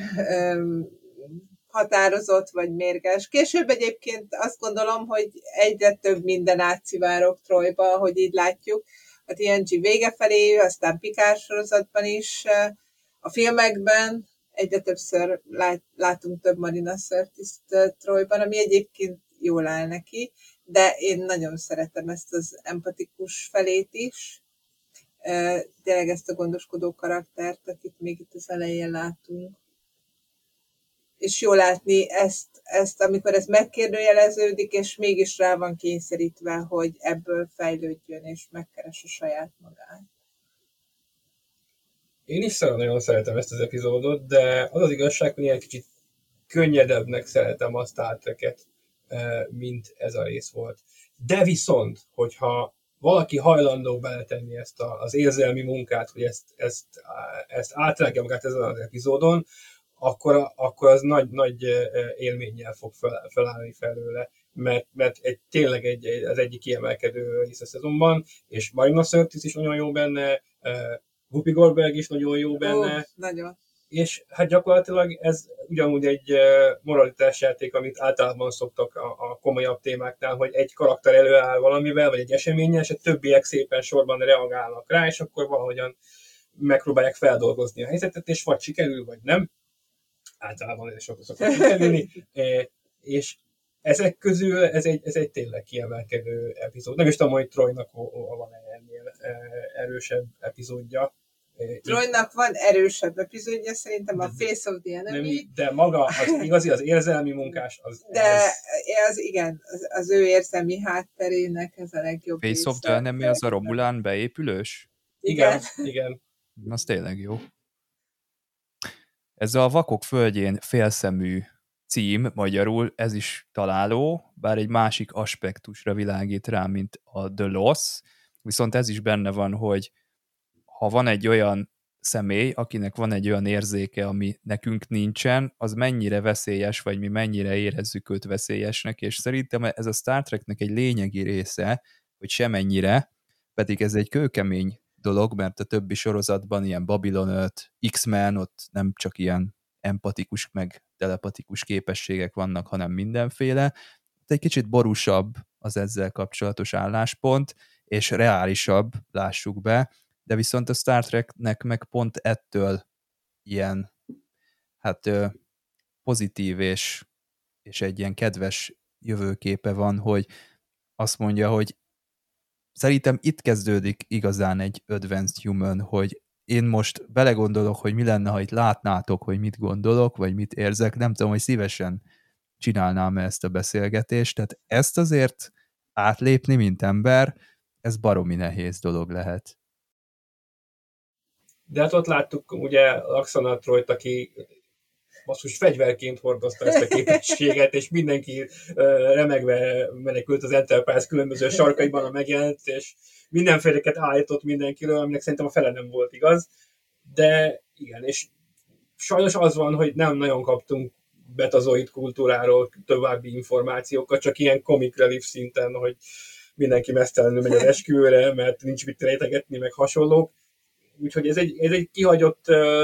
D: határozott vagy mérges. Később egyébként azt gondolom, hogy egyre több minden átszivárog Troyba, hogy így látjuk. A TNG vége felé, aztán Picard sorozatban is, a filmekben egyre többször látunk több Marina Sirtiszt Troyban, ami egyébként jól áll neki, de én nagyon szeretem ezt az empatikus felét is. Tényleg ezt a gondoskodó karaktert, akit még itt az elején látunk. És jól látni ezt, amikor ez megkérdőjeleződik, és mégis rá van kényszerítve, hogy ebből fejlődjön, és megkeresse saját magát.
E: Én is nagyon szeretem ezt az epizódot, de az az igazság, hogy ilyen kicsit könnyedebbnek szeretem a Star Trek-et, mint ez a rész volt. De viszont, hogyha valaki hajlandó beletenni ezt az érzelmi munkát, hogy ezt átrágja magát ezen az epizódon, akkor az nagy élménnyel fog felállni felőle, mert tényleg az egyik kiemelkedő rész a szezonban, és Marina Sirtis is nagyon jó benne, Whoopi Goldberg is nagyon jó benne.
D: Nagyon.
E: És hát gyakorlatilag ez ugyanúgy egy moralitásjáték, amit általában szoktak a komolyabb témáknál, hogy egy karakter előáll valamivel, vagy egy eseménnyel, és a többiek szépen sorban reagálnak rá, és akkor valahogyan megpróbálják feldolgozni a helyzetet, és vagy sikerül, vagy nem. Általában ez sokkal szokott sikerülni. És ezek közül ez egy tényleg kiemelkedő epizód. Nem is tudom, hogy Troynak van ennél erősebb epizódja.
D: Troynak van erősebb epizódja, szerintem a Face of the Enemy.
E: De maga az igazi, az érzelmi munkás,
D: az ő érzelmi hátterének ez a legjobb része.
B: Face of the Enemy az a Romulán beépülős?
E: Igen.
B: Az tényleg jó. Ez a Vakok földjén félszemű cím, magyarul ez is találó, bár egy másik aspektusra világít rá, mint a The Loss, viszont ez is benne van, hogy ha van egy olyan személy, akinek van egy olyan érzéke, ami nekünk nincsen, az mennyire veszélyes, vagy mi mennyire érezzük őt veszélyesnek, és szerintem ez a Star Treknek egy lényegi része, hogy semennyire, pedig ez egy kőkemény dolog, mert a többi sorozatban ilyen Babylon 5, X-Men, ott nem csak ilyen empatikus, meg telepatikus képességek vannak, hanem mindenféle. Egy kicsit borúsabb az ezzel kapcsolatos álláspont, és reálisabb, lássuk be, de viszont a Star Treknek meg pont ettől ilyen pozitív és egy ilyen kedves jövőképe van, hogy azt mondja, hogy szerintem itt kezdődik igazán egy Advanced Human, hogy én most belegondolok, hogy mi lenne, ha itt látnátok, hogy mit gondolok, vagy mit érzek, nem tudom, hogy szívesen csinálnám ezt a beszélgetést, tehát ezt azért átlépni, mint ember, ez baromi nehéz dolog lehet.
E: De hát ott láttuk ugye Lwaxana Troyt, aki basszus fegyverként hordozta ezt a képességet, és mindenki remegve menekült az Enterprise különböző sarkaiban a megjelent, és mindenféleket állított mindenkiről, aminek szerintem a fele nem volt igaz. De igen, és sajnos az van, hogy nem nagyon kaptunk betazoid kultúráról további információkat, csak ilyen comic relief szinten, hogy mindenki mesztelenül megy az esküvőre, mert nincs mit rejtegetni, meg hasonlók. Úgyhogy ez egy kihagyott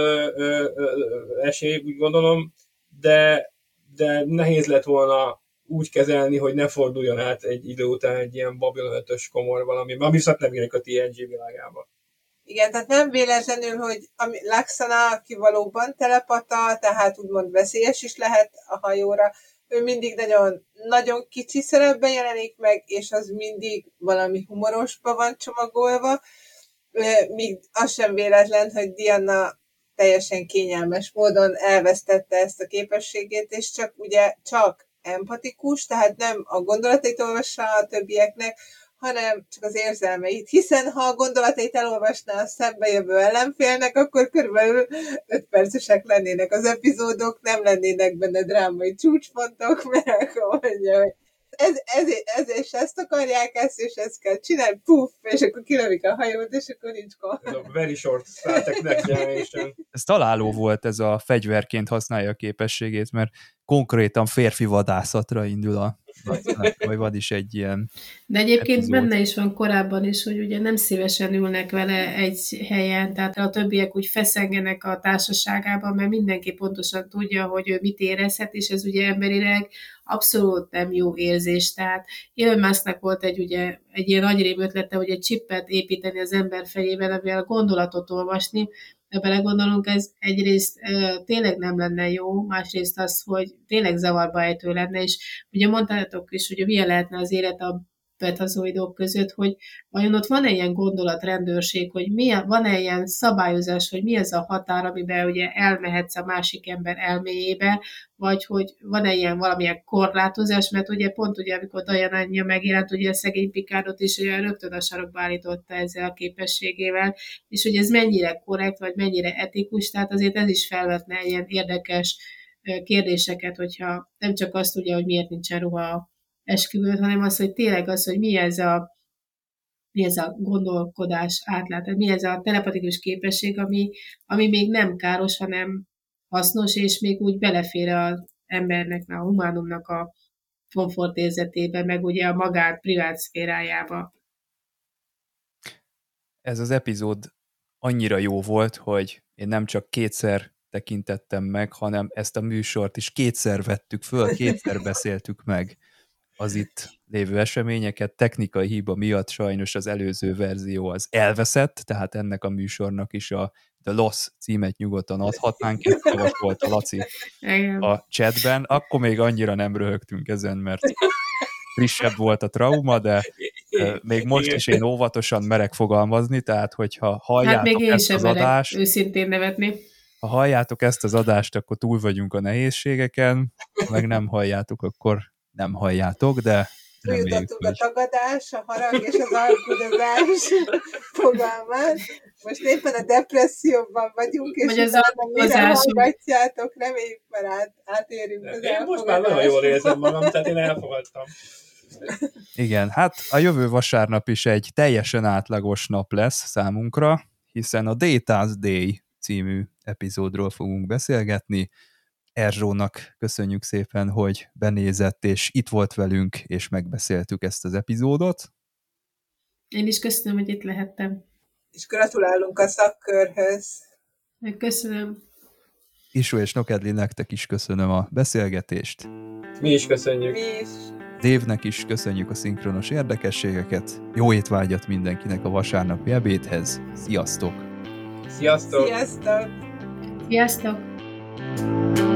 E: esély, úgy gondolom, de nehéz lett volna úgy kezelni, hogy ne forduljon át egy idő után egy ilyen Babylon 5-ös komor valami, ami viszont nem jönnek a TNG világába.
D: Igen, tehát nem véletlenül, hogy Lwaxana, aki valóban telepata, tehát úgymond veszélyes is lehet a hajóra, ő mindig nagyon, nagyon kicsi szerepben jelenik meg, és az mindig valami humorosba van csomagolva, míg az sem véletlen, hogy Diana teljesen kényelmes módon elvesztette ezt a képességét, és csak empatikus, tehát nem a gondolatait olvassa a többieknek, hanem csak az érzelmeit, hiszen ha a gondolatait elolvasná a szembejövő ellenfélnek, akkor körülbelül 5 percesek lennének az epizódok, nem lennének benne drámai csúcspontok, mert akkor mondja, hogy ez és ezt akarják, ezt és ezt kell csinálni, puff, és akkor kilövik a hajót, és akkor nincs gond.
E: Ez a very short Star Trek Next Generation.
B: Ez találó volt, ez a fegyverként használja a képességét, mert konkrétan férfi vadászatra indul a vagy is egy ilyen
C: de egyébként
B: epizód.
C: Benne is van korábban is, hogy ugye nem szívesen ülnek vele egy helyen, tehát a többiek úgy feszengenek a társaságában, mert mindenki pontosan tudja, hogy ő mit érezhet, és ez ugye emberileg abszolút nem jó érzés. Tehát Elon Musknak volt egy ilyen agyrém ötlete, hogy egy csippet építeni az ember fejében, amivel a gondolatot olvasni, ha belegondolunk, ez egyrészt tényleg nem lenne jó, másrészt az, hogy tényleg zavarba ejtő lenne, és ugye mondtátok is, hogy milyen lehetne az élet a betazoidok között, hogy vajon ott van-e ilyen gondolatrendőrség, hogy van-e ilyen szabályozás, hogy mi ez a határ, amiben ugye elmehetsz a másik ember elméjébe, vagy hogy van-e ilyen valamilyen korlátozás, mert ugye pont ugye, amikor Diana anyja megjelent, ugye a szegény Picardot is ugye rögtön a sarokba állította ezzel a képességével, és hogy ez mennyire korrekt, vagy mennyire etikus, tehát azért ez is felvetne ilyen érdekes kérdéseket, hogyha nem csak azt ugye, hogy miért nincsen ruha esküvőt, hanem az, hogy tényleg az, hogy mi ez a gondolkodás átlát, mi ez a telepatikus képesség, ami még nem káros, hanem hasznos, és még úgy belefér az embernek, a humánumnak a komfortérzetébe, meg ugye a magát privát szférájába.
B: Ez az epizód annyira jó volt, hogy én nem csak kétszer tekintettem meg, hanem ezt a műsort is kétszer vettük föl, kétszer beszéltük meg az itt lévő eseményeket. Technikai hiba miatt sajnos az előző verzió az elveszett, tehát ennek a műsornak is a The Loss címet nyugodtan adhatnánk, ezt javasolta Laci a chatben. Akkor még annyira nem röhögtünk ezen, mert frissebb volt a trauma, de még most is én óvatosan merek fogalmazni, tehát hogyha halljátok
C: még én
B: ezt az adást,
C: őszintén nevetni.
B: Ha halljátok ezt az adást, akkor túl vagyunk a nehézségeken, meg nem halljátok, akkor nem halljátok, de
D: Jutottunk a tagadás, a harag és az alkudozás fogalmát. Most éppen a depresszióban vagyunk, és mire hallgatjátok, reméljük, mert átérünk az elfogadásra.
E: Most már nagyon jól érzem magam, tehát én elfogadtam.
B: Igen, hát a jövő vasárnap is egy teljesen átlagos nap lesz számunkra, hiszen a Data's Day című epizódról fogunk beszélgetni. Erzsónak köszönjük szépen, hogy benézett, és itt volt velünk, és megbeszéltük ezt az epizódot.
C: Én is köszönöm, hogy itt lehettem.
D: És gratulálunk a szakkörhöz.
C: Köszönöm.
B: Isó és Nokedli, nektek is köszönöm a beszélgetést.
E: Mi is köszönjük.
D: Mi is.
B: Dévnek is köszönjük a szinkronos érdekességeket. Jó étvágyat mindenkinek a vasárnapi ebédhez. Sziasztok!
E: Sziasztok!
D: Sziasztok!
C: Sziasztok!